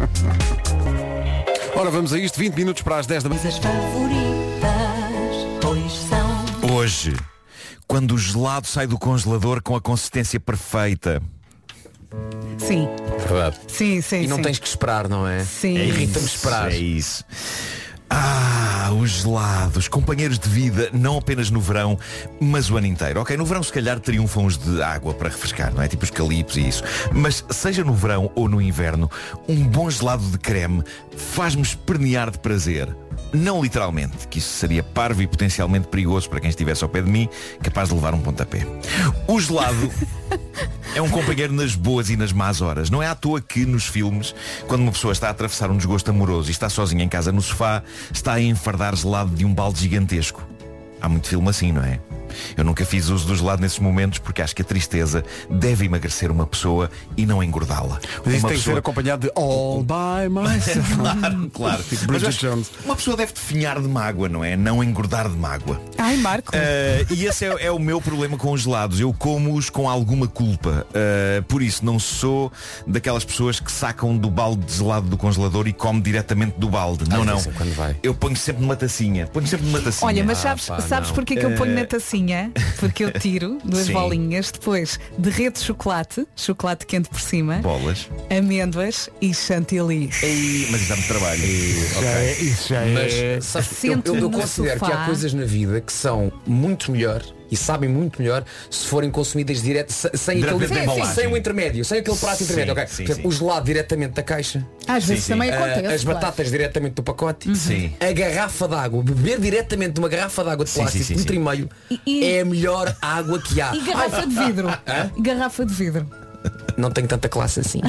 Ora, vamos a isto, 20 minutos para as 10 da manhã. As favoritas hoje são... Hoje, quando o gelado sai do congelador com a consistência perfeita. Sim. Verdade. Sim. E não tens que esperar, não é? Sim. Irrita-me esperar. É isso. Os gelados, companheiros de vida, não apenas no verão, mas o ano inteiro. Ok, no verão se calhar triunfam os de água para refrescar, não é? Tipo os calipos e isso. Mas seja no verão ou no inverno, um bom gelado de creme faz-me espernear de prazer. Não literalmente, que isso seria parvo e potencialmente perigoso para quem estivesse ao pé de mim, capaz de levar um pontapé. O gelado é um companheiro nas boas e nas más horas. Não é à toa que nos filmes, quando uma pessoa está a atravessar um desgosto amoroso e está sozinha em casa no sofá, está a enfardar gelado de um balde gigantesco. Há muito filme assim, não é? Eu nunca fiz uso do gelado nesses momentos porque acho que a tristeza deve emagrecer uma pessoa e não engordá-la. Mas isso Uma tem que ser acompanhado de All by myself. Claro. Tipo Bridget Jones. Uma pessoa deve definhar de mágoa, não é? Não engordar de mágoa. Ai, Marco. E esse é o meu problema com os gelados. Eu como-os com alguma culpa. Por isso, não sou daquelas pessoas que sacam do balde de gelado do congelador e come diretamente do balde. Não. Quando vai. Eu ponho sempre numa tacinha. Olha, mas sabes porque é que eu ponho na tacinha? Porque eu tiro 2 Sim. bolinhas, depois derreto chocolate quente por cima, Bolas. amêndoas e chantilly. Mas isso dá-me trabalho. Isso já é... Mas sabes, Sento eu no considero sofá. que há coisas na vida que são muito melhor e sabem muito melhor se forem consumidas direto, sem Diretamente da embalagem. sem o intermédio, sem aquele prato Sim, intermédio, ok? sim, Por exemplo, sim. o gelado diretamente da caixa, Às vezes sim. também acontece. as batatas diretamente do pacote, Sim. a garrafa de água, beber diretamente de uma garrafa de água de Sim, plástico sim, de sim, litro e meio E- é a melhor água que há. E garrafa de vidro. Garrafa de vidro. Não tenho tanta classe assim.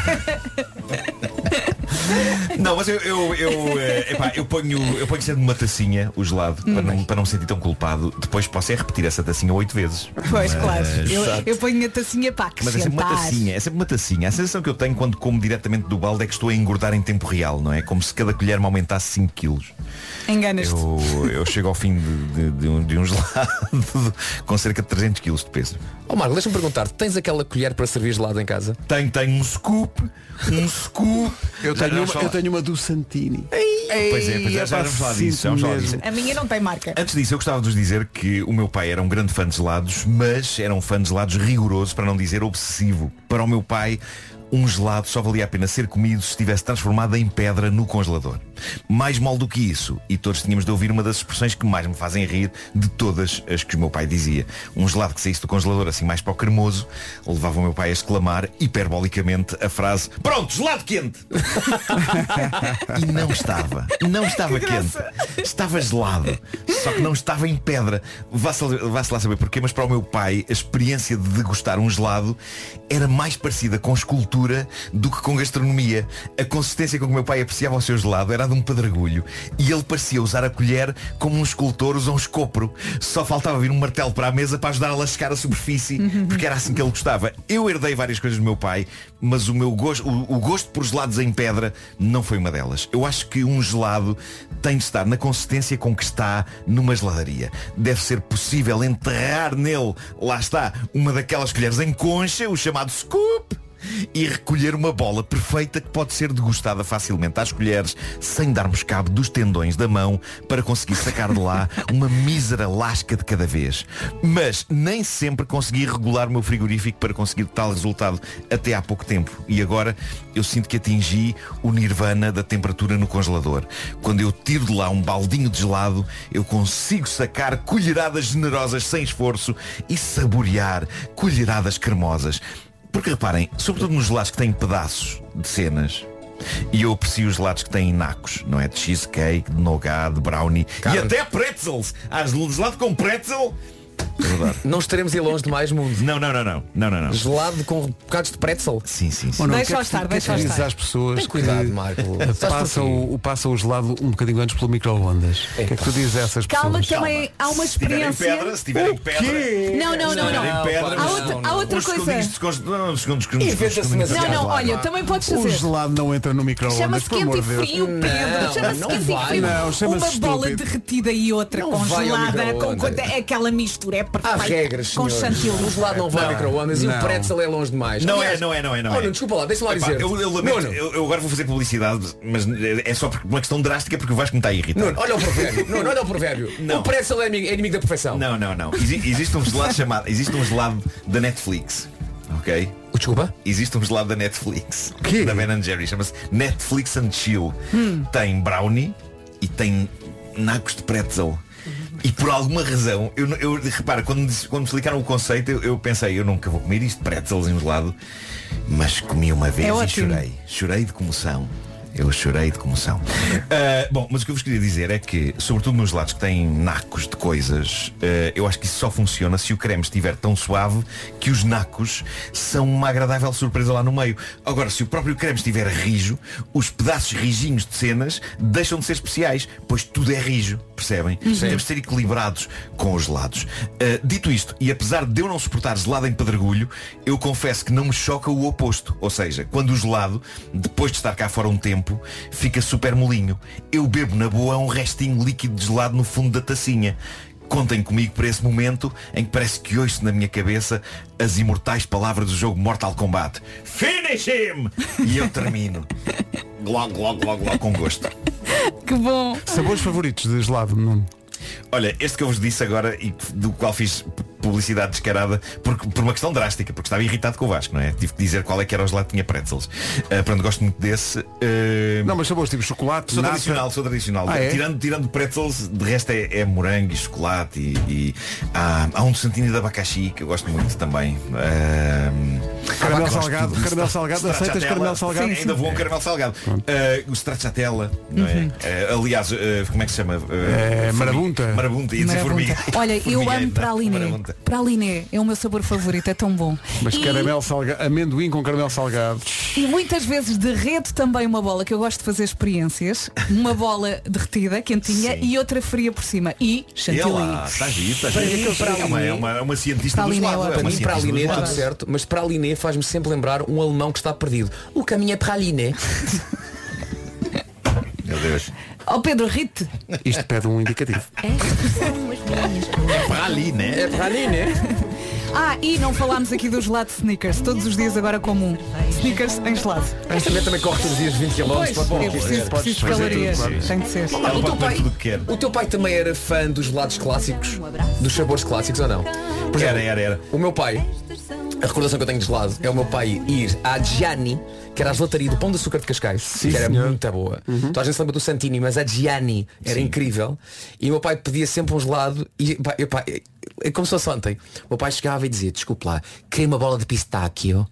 Não, mas eu ponho sempre numa tacinha o gelado para não me sentir tão culpado. Depois posso repetir essa tacinha 8 vezes. Pois, claro. Exato. Eu ponho a tacinha para Mas é sempre uma acrescentar. tacinha, é sempre uma tacinha. A sensação que eu tenho quando como diretamente do balde é que estou a engordar em tempo real, não é? Como se cada colher me aumentasse 5 quilos. Enganas-te. Eu chego ao fim de um gelado com cerca de 300 quilos de peso. Ó Marco, deixa-me perguntar, tens aquela colher para servir gelado em casa? Tenho um scoop. Eu tenho uma do Santini. Pois é, já vamos falar disso. Vamos falar disso. A minha não tem marca. Antes disso, eu gostava de vos dizer que o meu pai era um grande fã de gelados, mas era um fã de gelados rigoroso, para não dizer obsessivo. Para o meu pai, Um gelado só valia a pena ser comido se estivesse transformado em pedra no congelador. Mais mole do que isso, e todos tínhamos de ouvir uma das expressões que mais me fazem rir de todas as que o meu pai dizia. Um gelado que saísse do congelador assim mais para o cremoso, levava o meu pai a exclamar, hiperbolicamente, a frase: pronto, gelado quente! E não estava quente. Estava gelado. Só que não estava em pedra. Vá-se lá saber porquê, mas para o meu pai a experiência de degustar um gelado era mais parecida com escultura do que com gastronomia. A consistência com que o meu pai apreciava o seu gelado era de um pedregulho e ele parecia usar a colher como um escultor usa um escopro. Só faltava vir um martelo para a mesa para ajudar a lascar a superfície, porque era assim que ele gostava. Eu herdei várias coisas do meu pai, mas o gosto por gelados em pedra não foi uma delas. Eu acho que um gelado tem de estar na consistência com que está numa geladaria. Deve ser possível enterrar nele, lá está, uma daquelas colheres em concha, o chamado scoop, e recolher uma bola perfeita que pode ser degustada facilmente às colheres, sem darmos cabo dos tendões da mão, para conseguir sacar de lá uma mísera lasca de cada vez. Mas nem sempre consegui regular o meu frigorífico para conseguir tal resultado até há pouco tempo. E agora eu sinto que atingi o nirvana da temperatura no congelador. Quando eu tiro de lá um baldinho de gelado, eu consigo sacar colheradas generosas sem esforço e saborear colheradas cremosas. Porque reparem, sobretudo nos gelados que têm pedaços de cenas, e eu aprecio os gelados que têm nacos, não é? De cheesecake, de nougat, de brownie, e até pretzels. Há gelado com pretzel. Não estaremos aí longe de mais mundo. Não. Gelado com bocados de pretzel. Sim. Deixa estar. Às pessoas tem cuidado, Marco. passam o gelado um bocadinho antes pelo micro-ondas. O que é que tu dizes a essas pessoas? Calma, que também há uma experiência. Se tiverem pedra. Não. Há outra coisa. Não, olha, também podes O fazer. gelado não entra no micro-ondas. Chama-se Por quente amor e de Deus. frio, Pedro. Chama-se quente e frio. Não, chama-se Uma bola estúpido. derretida e outra Não vai ao congelada. micro-ondas. Aquela mistura é perfeita. Há regras, com senhores. chantilly. O gelado não vai ao micro-ondas e o pretzel é longe demais. Não Aliás, é. Olha, desculpa lá, deixa-me lá dizer. Eu lamento, eu agora vou fazer publicidade, mas é só por uma questão drástica, porque o Vasco me está a irritar. Olha o provérbio. O pretzel é inimigo da perfeição. Não. Existe um gelado da Netflix. Ok? Desculpa? Existe um gelado da Netflix. quê? Da Ben & Jerry. Chama-se Netflix and Chill. Tem brownie e tem nacos de pretzel. E por alguma razão, repara, quando me explicaram o conceito, eu pensei, eu nunca vou comer isto, pretzels em gelado. Mas comi uma vez e chorei. Chorei de comoção. Eu chorei de comoção. Bom, mas o que eu vos queria dizer é que, sobretudo nos gelados que têm nacos de coisas, eu acho que isso só funciona se o creme estiver tão suave que os nacos são uma agradável surpresa lá no meio. Agora, se o próprio creme estiver rijo, os pedaços rijinhos de cenas deixam de ser especiais, pois tudo é rijo, percebem? Temos de ser equilibrados com os gelados. Dito isto, e apesar de eu não suportar gelado em pedregulho, eu confesso que não me choca o oposto. Ou seja, quando o gelado, depois de estar cá fora um tempo, fica super molinho. Eu bebo na boa um restinho líquido de gelado no fundo da tacinha. Contem comigo para esse momento em que parece que ouço na minha cabeça as imortais palavras do jogo Mortal Kombat: Finish him! E eu termino. Glog, com gosto. Que bom. Sabores favoritos de gelado, Nuno? Olha, este que eu vos disse agora e do qual fiz publicidade descarada por uma questão drástica, porque estava irritado com o Vasco, não é? Tive que dizer qual é que era o gelado que tinha pretzels. Pronto, gosto muito desse. Não, mas sabores tipo chocolate, Sou nata. tradicional. Ah, é? Tirando pretzels, de resto é morango e chocolate e há um santinho de abacaxi que eu gosto muito também. Caramelo salgado, aceitas caramelo salgado? Ainda vou um caramelo salgado. O stracciatella, não é? Aliás, como é que se chama? Marabunta, ia dizer formiga. Olha, eu amo praliné. Praliné é o meu sabor favorito, é tão bom. Mas caramelo salgado, amendoim com caramelo salgado. E muitas vezes derreto também uma bola, que eu gosto de fazer experiências. Uma bola derretida, quentinha, e outra fria por cima. E chantilly. Está giro. É uma cientista do gelado. Para mim, praliné, tudo certo, mas praliné faz-me sempre lembrar um alemão que está perdido. O caminho é praliné. Meu Deus. Oh Pedro, rite. Isto pede um indicativo. É praliné. É praliné. E não falámos aqui do gelado de Snickers. Todos os dias agora como Snickers em gelado. Esta também corre todos os dias 20 km. Preciso de calorias. Tem de ser. O teu pai também era fã dos gelados clássicos? Dos sabores clássicos ou não? Era. O meu pai A recordação que eu tenho de gelado é o meu pai ir à Gianni, que era a gelataria do Pão de Açúcar de Cascais, que era muito boa. Então a gente se lembra do Santini, mas a Gianni era incrível. E o meu pai pedia sempre um gelado e pá, é como se fosse ontem. O meu pai chegava e dizia, desculpe lá, queria uma bola de pistáquio.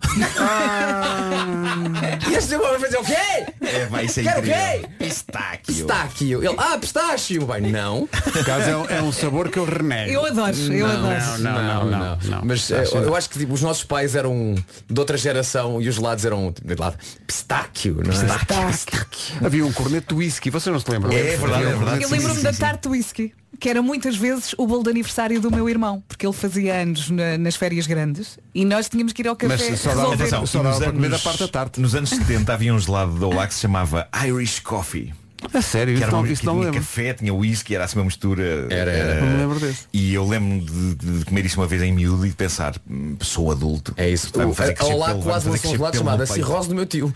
E este meu vai fazer o quê? Vai ser Quero o incrível. quê? Pistáquio. Ele, pistácio. Vai, não. Por acaso é um sabor que eu renego. Eu adoro. Não. Mas eu acho que tipo, os nossos pais eram de outra geração e os gelados eram de lado pistáquio, não é? Pistáquio. Havia um corneto de whisky, vocês não se lembram? É verdade. Eu lembro-me da tarte whisky, que era muitas vezes o bolo de aniversário do meu irmão, porque ele fazia anos nas férias grandes e nós tínhamos que ir ao café. Mas só dava para comer a parte da tarte. Nos anos 70 havia um gelado da Olá que se chamava Irish Coffee. A sério? Que era Isso não tinha lembro. café, tinha whisky, era assim uma mistura. Era. Não me lembro desse. E eu lembro de comer isso uma vez em miúdo e de pensar, sou adulto. É isso. Vai-me fazer crescer Olá, pelo, quase vai-me fazer lançou um gelado crescer pelo chamado no a peito. cirrose do meu tio.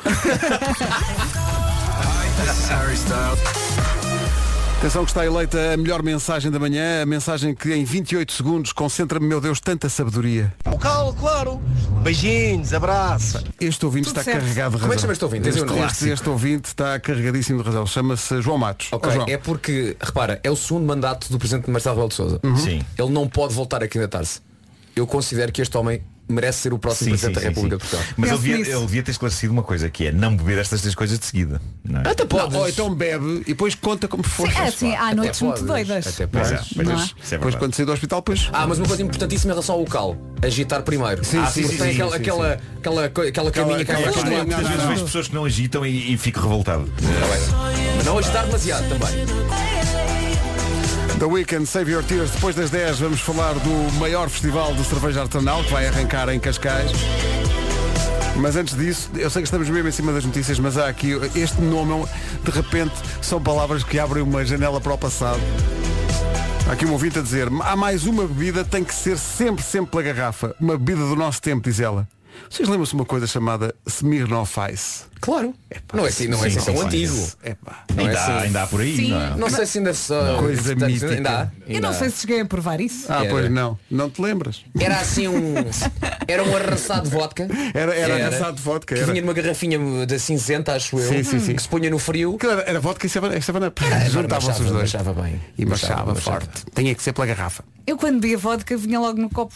Atenção que está eleita a melhor mensagem da manhã, a mensagem que em 28 segundos concentra-me, meu Deus, tanta sabedoria. Claro. Beijinhos, abraço. Este ouvinte Tudo está certo. carregado de razão. Como é que chama este ouvinte? Este ouvinte está carregadíssimo de razão. Chama-se João Matos. Ok, João. é porque, repara, é o segundo mandato do presidente Marcelo Rebelo de Sousa. Sim. Ele não pode voltar a candidatar-se. Eu considero que este homem merece ser o próximo presidente da República de Portugal. Mas Penso ele nisso. devia ter esclarecido uma coisa, que é não beber estas 3 coisas de seguida. Não é? Até podes. Ou então bebe e depois conta como for. Sim, há noites Até muito podes, doidas. até Pois é, podes. pois é, Não é? isso é Depois verdade. quando sair do hospital, pois. Mas uma coisa importantíssima em relação ao local, agitar primeiro. Sim, sim, porque tem sim, aquela caminha que aquela faz caminha. Muitas vezes vejo pessoas que não agitam e fico revoltado. não agitar demasiado também. The Weekend, Save Your Tears. Depois das 10 vamos falar do maior festival de cerveja artesanal que vai arrancar em Cascais. Mas antes disso, eu sei que estamos mesmo em cima das notícias, mas há aqui este nome, de repente, são palavras que abrem uma janela para o passado. Há aqui um ouvinte a dizer, há mais uma bebida, tem que ser sempre pela garrafa. Uma bebida do nosso tempo, diz ela. Vocês lembram-se de uma coisa chamada Smirnoff Ice? Claro. Não é assim tão antigo. Epá. Não é assim. Ainda há por aí, Sim. não é? Não sei se ainda só. Coisa mítica. Ainda há. Eu não sei se cheguei a provar isso. Ah, pois não te lembras. Era assim Era um arraçado de vodka. Era arraçado de vodka. Que Era. vinha numa garrafinha de cinzenta, acho eu. Sim. Que se punha no frio. Aquilo era vodka e Savana. Juntavam-se os dois. Marchava bem. E marchava forte. Tinha que ser pela garrafa. Eu quando bebia vodka vinha logo no copo.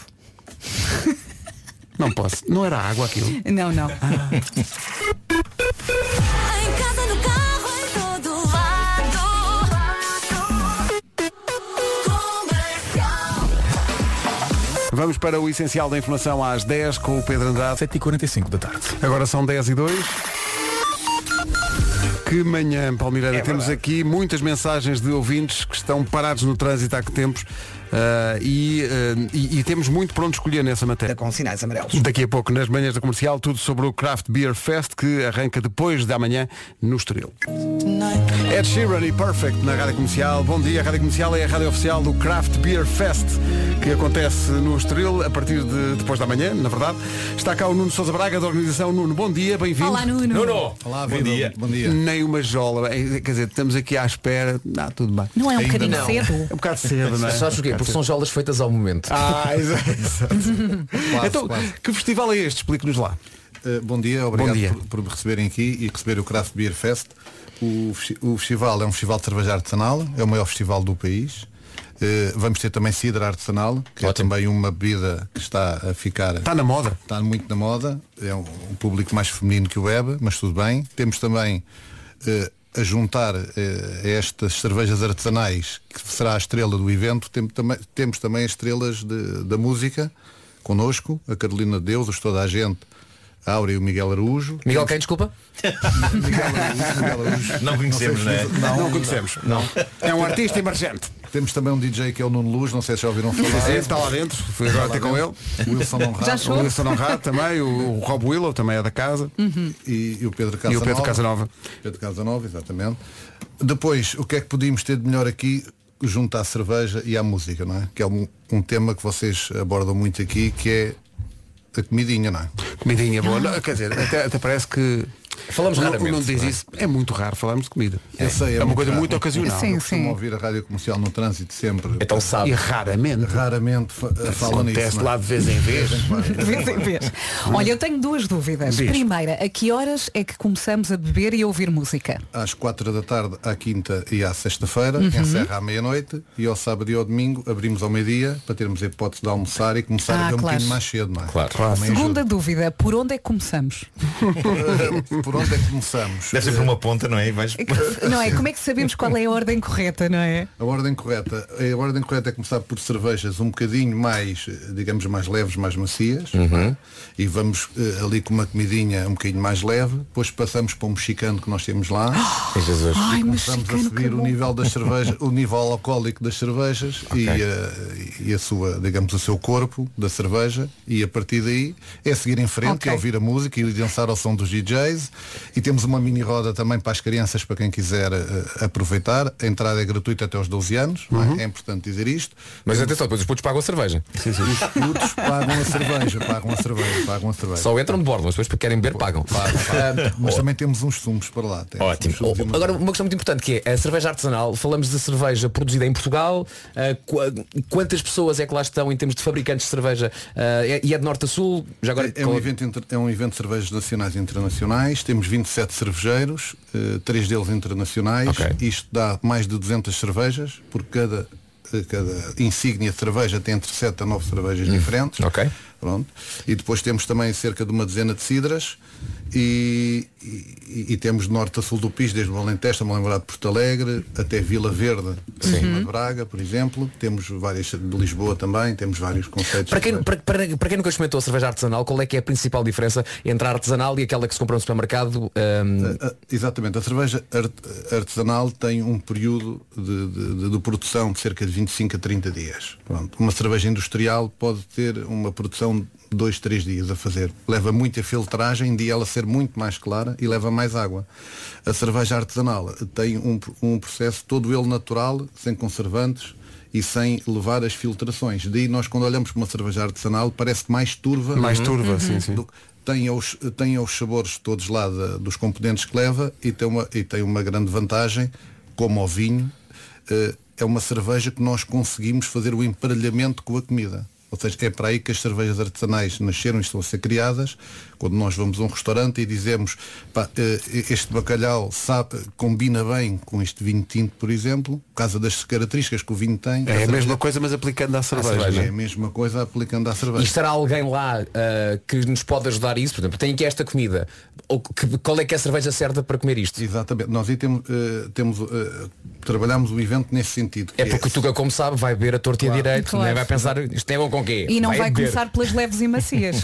Não posso. Não era água aquilo. Não. Em casa, no carro, em todo lado. Comercial. Vamos para o essencial da informação às 10 com o Pedro Andrade. 7h45 da tarde. Agora são 10:02. Que manhã, Palmeirada. Temos aqui muitas mensagens de ouvintes que estão parados no trânsito há que tempos. E temos muito para onde escolher nessa matéria. Com sinais amarelos. Daqui a pouco, nas manhãs da comercial, tudo sobre o Craft Beer Fest que arranca depois da manhã no Estoril. Ed Sheeran e Perfect na Rádio Comercial. Bom dia, a Rádio Comercial é a rádio oficial do Craft Beer Fest que acontece no Estoril a partir de depois da manhã, na verdade. Está cá o Nuno Sousa Braga da organização. Nuno, bom dia, bem-vindo. Olá, Nuno. Olá, bom dia. Bom dia. Nem uma jola. Quer dizer, estamos aqui à espera. Tudo bem. Não é um bocadinho não. cedo? É um bocado cedo, não é? Sabes porquê? Porque são jolas feitas ao momento. Exato. Então, que festival é este? Explique-nos lá. Bom dia, obrigado Bom dia. Por me receberem aqui e receber o Craft Beer Fest. O festival é um festival de cerveja artesanal, é o maior festival do país. Vamos ter também cidra artesanal, que é também uma bebida que está a ficar... Está na moda. Está muito na moda, é um público mais feminino que o bebe, mas tudo bem. Temos também a juntar a estas cervejas artesanais, que será a estrela do evento, temos também as estrelas da música connosco, a Carolina de Deus, Toda a Gente, a Áurea e o Miguel Araújo. Miguel quem, desculpa? Miguel Araújo. Não conhecemos, não é? Não conhecemos. Não. É um artista emergente. Temos também um DJ que é o Nuno Luz, não sei se já ouviram falar. Sim, está lá dentro. Fui agora ter com ele. O Wilson Honrado. O Wilson Honrado também, o Rob Willow também é da casa. E o Pedro Casanova. E o Pedro Casanova. Pedro Casanova, exatamente. Depois, o que é que podíamos ter de melhor aqui junto à cerveja e à música, não é? Que é um tema que vocês abordam muito aqui, que é a comidinha, não é? Comidinha boa. Não, quer dizer, até parece que Falamos raramente. Não diz isso. É muito raro falarmos de comida. Eu sei, é uma coisa raro. muito ocasional. Sim, Eu costumo ouvir a rádio comercial no trânsito sempre. Então sabe. E raramente falam nisso. Acontece lá de vez em vez. De vez em vez. Olha, eu tenho duas dúvidas. Diz. Primeira, a que horas é que começamos a beber e a ouvir música? Às 4 da tarde, à quinta e à sexta-feira, encerra à meia-noite e ao sábado e ao domingo abrimos ao meio-dia para termos a hipótese de almoçar e começar a beber um bocadinho mais cedo, não é? Claro. Segunda dúvida, por onde é que começamos? Por onde é que começamos? Deve ser por uma ponta, não é? E vais... Não é? Como é que sabemos qual é a ordem correta, não é? A ordem correta é começar por cervejas um bocadinho mais, digamos, mais leves, mais macias, e vamos ali com uma comidinha um bocadinho mais leve, depois passamos para um mexicano que nós temos lá. Jesus. E começamos a subir o nível das cervejas, o nível alcoólico das cervejas e a sua, digamos, o seu corpo da cerveja, e a partir daí é seguir em frente, é ouvir a música e dançar ao som dos DJs, e temos uma mini roda também para as crianças, para quem quiser aproveitar. A entrada é gratuita até aos 12 anos, não é? É importante dizer isto. Mas atenção, depois os putos pagam a cerveja. Sim. Os putos pagam a cerveja. Só entram de bordo, mas depois porque querem beber pagam. Mas também temos uns sumos para lá. Ótimo. Agora uma questão muito importante, que é a cerveja artesanal. Falamos de cerveja produzida em Portugal. Quantas pessoas é que lá estão em termos de fabricantes de cerveja? E é de norte a sul? Já agora, é um evento de cervejas nacionais e internacionais. Temos 27 cervejeiros, 3 deles internacionais. Isto dá mais de 200 cervejas, porque cada insígnia de cerveja tem entre 7 a 9 cervejas diferentes. Pronto. E depois temos também cerca de uma dezena de cidras e temos de norte a sul do país, desde o Alentejo, estamos a lembrar de Porto Alegre até Vila Verde, acima de Braga, por exemplo. Temos várias de Lisboa também, temos vários conceitos. Para quem nunca experimentou a cerveja artesanal, qual é que é a principal diferença entre a artesanal e aquela que se compra no supermercado? Exatamente, a cerveja artesanal tem um período de produção de cerca de 25 a 30 dias. Pronto. Uma cerveja industrial pode ter uma produção de 2, 3 dias a fazer. Leva muita filtragem, de ela ser muito mais clara, e leva mais água. A cerveja artesanal tem um processo todo ele natural, sem conservantes e sem levar as filtrações. Daí nós, quando olhamos para uma cerveja artesanal, parece mais turva. Sim. Tem os sabores todos lá dos componentes que leva, e tem uma grande vantagem, como ao vinho, é uma cerveja que nós conseguimos fazer o emparelhamento com a comida. Ou seja, é para aí que as cervejas artesanais nasceram e estão a ser criadas. Quando nós vamos a um restaurante e dizemos, este bacalhau combina bem com este vinho tinto, por exemplo, por causa das características que o vinho tem. É a mesma coisa, mas aplicando à cerveja. É a mesma coisa aplicando à cerveja. E estará alguém lá que nos pode ajudar isso? Por exemplo, tem aqui esta comida. Qual é que é a cerveja certa para comer isto? Exatamente. Nós aí trabalhamos o evento nesse sentido. É porque o Tuga, como sabe, vai beber a torta e a direito, nem vai pensar, isto é bom com quê? E não vai começar pelas leves e macias.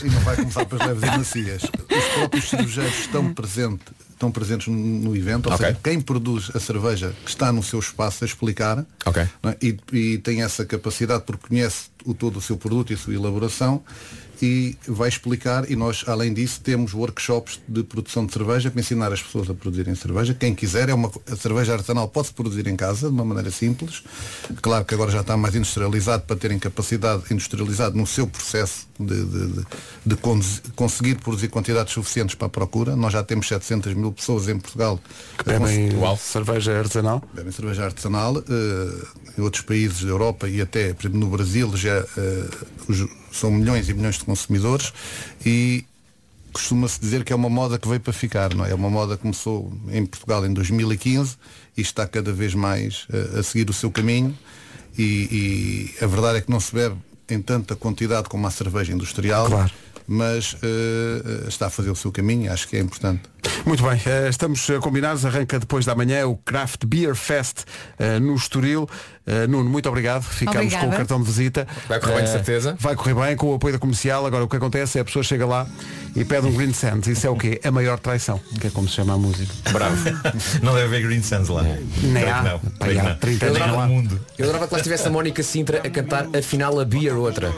Os próprios cervejeiros estão presentes no evento, ou seja, quem produz a cerveja que está no seu espaço a explicar, não é? e tem essa capacidade porque conhece todo o seu produto e a sua elaboração, e vai explicar. E nós, além disso, temos workshops de produção de cerveja para ensinar as pessoas a produzirem cerveja. Quem quiser, a cerveja artesanal pode-se produzir em casa de uma maneira simples. Claro que agora já está mais industrializado, para terem capacidade industrializada no seu processo de conseguir produzir quantidades suficientes para a procura. Nós já temos 700 mil pessoas em Portugal que bebem cerveja artesanal. Bebem cerveja artesanal. Em outros países da Europa e até, por exemplo, no Brasil já são milhões e milhões de consumidores, e costuma-se dizer que é uma moda que veio para ficar, não é? É uma moda que começou em Portugal em 2015 e está cada vez mais a seguir o seu caminho, e a verdade é que não se bebe em tanta quantidade como a cerveja industrial, mas está a fazer o seu caminho, acho que é importante. Muito bem, estamos combinados, arranca depois da manhã o Craft Beer Fest no Estoril. Nuno, muito obrigado, ficamos com o cartão de visita. Vai correr bem, de certeza. Vai correr bem, com o apoio da comercial. Agora o que acontece é a pessoa chega lá e pede um Green Sands. Isso é o quê? A maior traição, que é como se chama a música. Bravo. Não deve haver Green Sands lá. Não. 30 anos lá. Eu adorava que lá estivesse a Mónica Sintra a cantar afinal a Beer outra.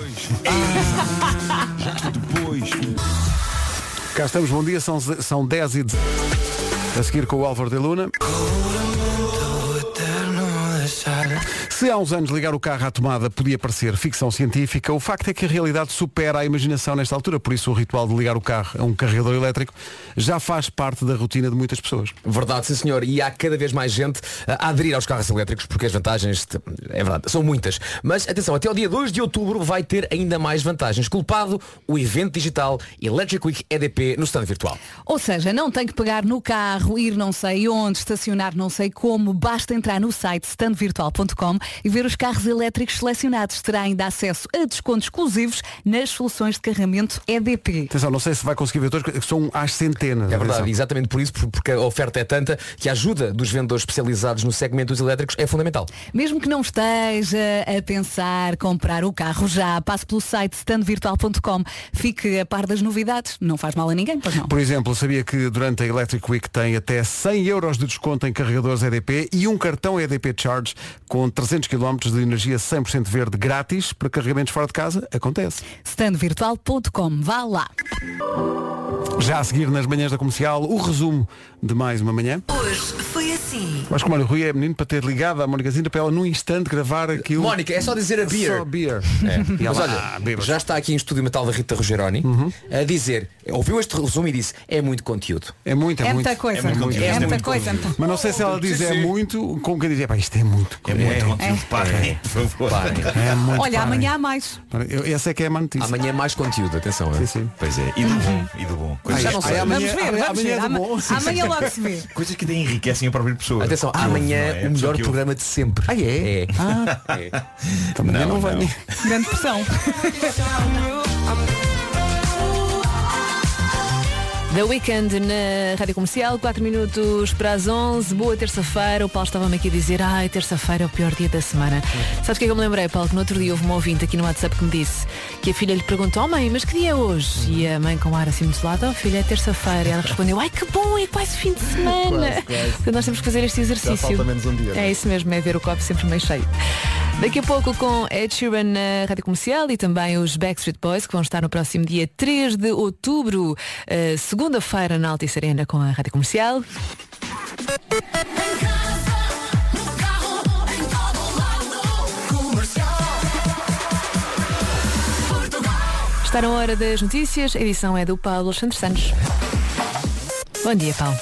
Cá estamos, bom dia, são 10h10. A seguir com o Álvaro de Luna. Se Se há uns anos ligar o carro à tomada podia parecer ficção científica, o facto é que a realidade supera a imaginação nesta altura. Por isso o ritual de ligar o carro a um carregador elétrico já faz parte da rotina de muitas pessoas. Verdade, sim senhor. E há cada vez mais gente a aderir aos carros elétricos porque as vantagens, é verdade, são muitas. Mas atenção, até ao dia 2 de outubro vai ter ainda mais vantagens. Culpado, o evento digital Electric Week EDP no stand virtual. Ou seja, não tem que pegar no carro, ir não sei onde, estacionar não sei como, basta entrar no site standvirtual.com e ver os carros elétricos selecionados. Terá ainda acesso a descontos exclusivos nas soluções de carregamento EDP. Atenção, não sei se vai conseguir ver todos, que são às centenas. É verdade, exatamente por isso, porque a oferta é tanta que a ajuda dos vendedores especializados no segmento dos elétricos é fundamental. Mesmo que não esteja a pensar comprar o carro já, passe pelo site standvirtual.com. Fique a par das novidades, não faz mal a ninguém, pois não. Por exemplo, sabia que durante a Electric Week tem até 100 euros de desconto em carregadores EDP e um cartão EDP Charge com 300 km de energia 100% verde grátis para carregamentos fora de casa? Acontece. Standvirtual.com, vá lá. Já a seguir nas manhãs da Comercial, o resumo de mais uma manhã. Hoje foi assim. Mas como o Rui é menino para ter ligado à Mónica Zinda para ela num instante gravar aquilo. Mónica, é só dizer a beer. Só beer. É. Mas olha, já está aqui em estúdio uma tal da Rita Rogeroni a dizer, ouviu este resumo e disse, é muito conteúdo. É muito. Muita coisa. É muita coisa. Mas não sei se ela diz é muito, como que diz, isto é muito. É muito conteúdo, parem, por favor. É muito. Olha, amanhã há mais. Essa é que é a má notícia. Amanhã é mais conteúdo, atenção. Sim, sim. Pois é, e do bom, e do bom. Coisas, Já não sei. Vamos ver. Amanhã logo se vê. coisas que até enriquecem a própria pessoa. Atenção, amanhã o melhor programa de sempre. É? Também não vai. Grande pressão. The Weekend na Rádio Comercial, 4 minutos para as 11. Boa terça-feira. O Paulo estava-me aqui a dizer, terça-feira é o pior dia da semana. Sabes o que é que eu me lembrei, Paulo? Que no outro dia houve uma ouvinte aqui no WhatsApp que me disse que a filha lhe perguntou, mãe, mas que dia é hoje? E a mãe com um ar assim muito lado, filha, é terça-feira. E ela respondeu, que bom, é quase fim de semana. Quase. Nós temos que fazer este exercício. Já falta menos um dia. É isso mesmo, é ver o copo sempre meio cheio. Daqui a pouco com Ed Sheeran na Rádio Comercial e também os Backstreet Boys, que vão estar no próximo dia 3 de outubro, segunda-feira na Altice Arena com a Rádio Comercial. Está na hora das notícias, a edição é do Paulo Alexandre Santos. Bom dia, Paulo.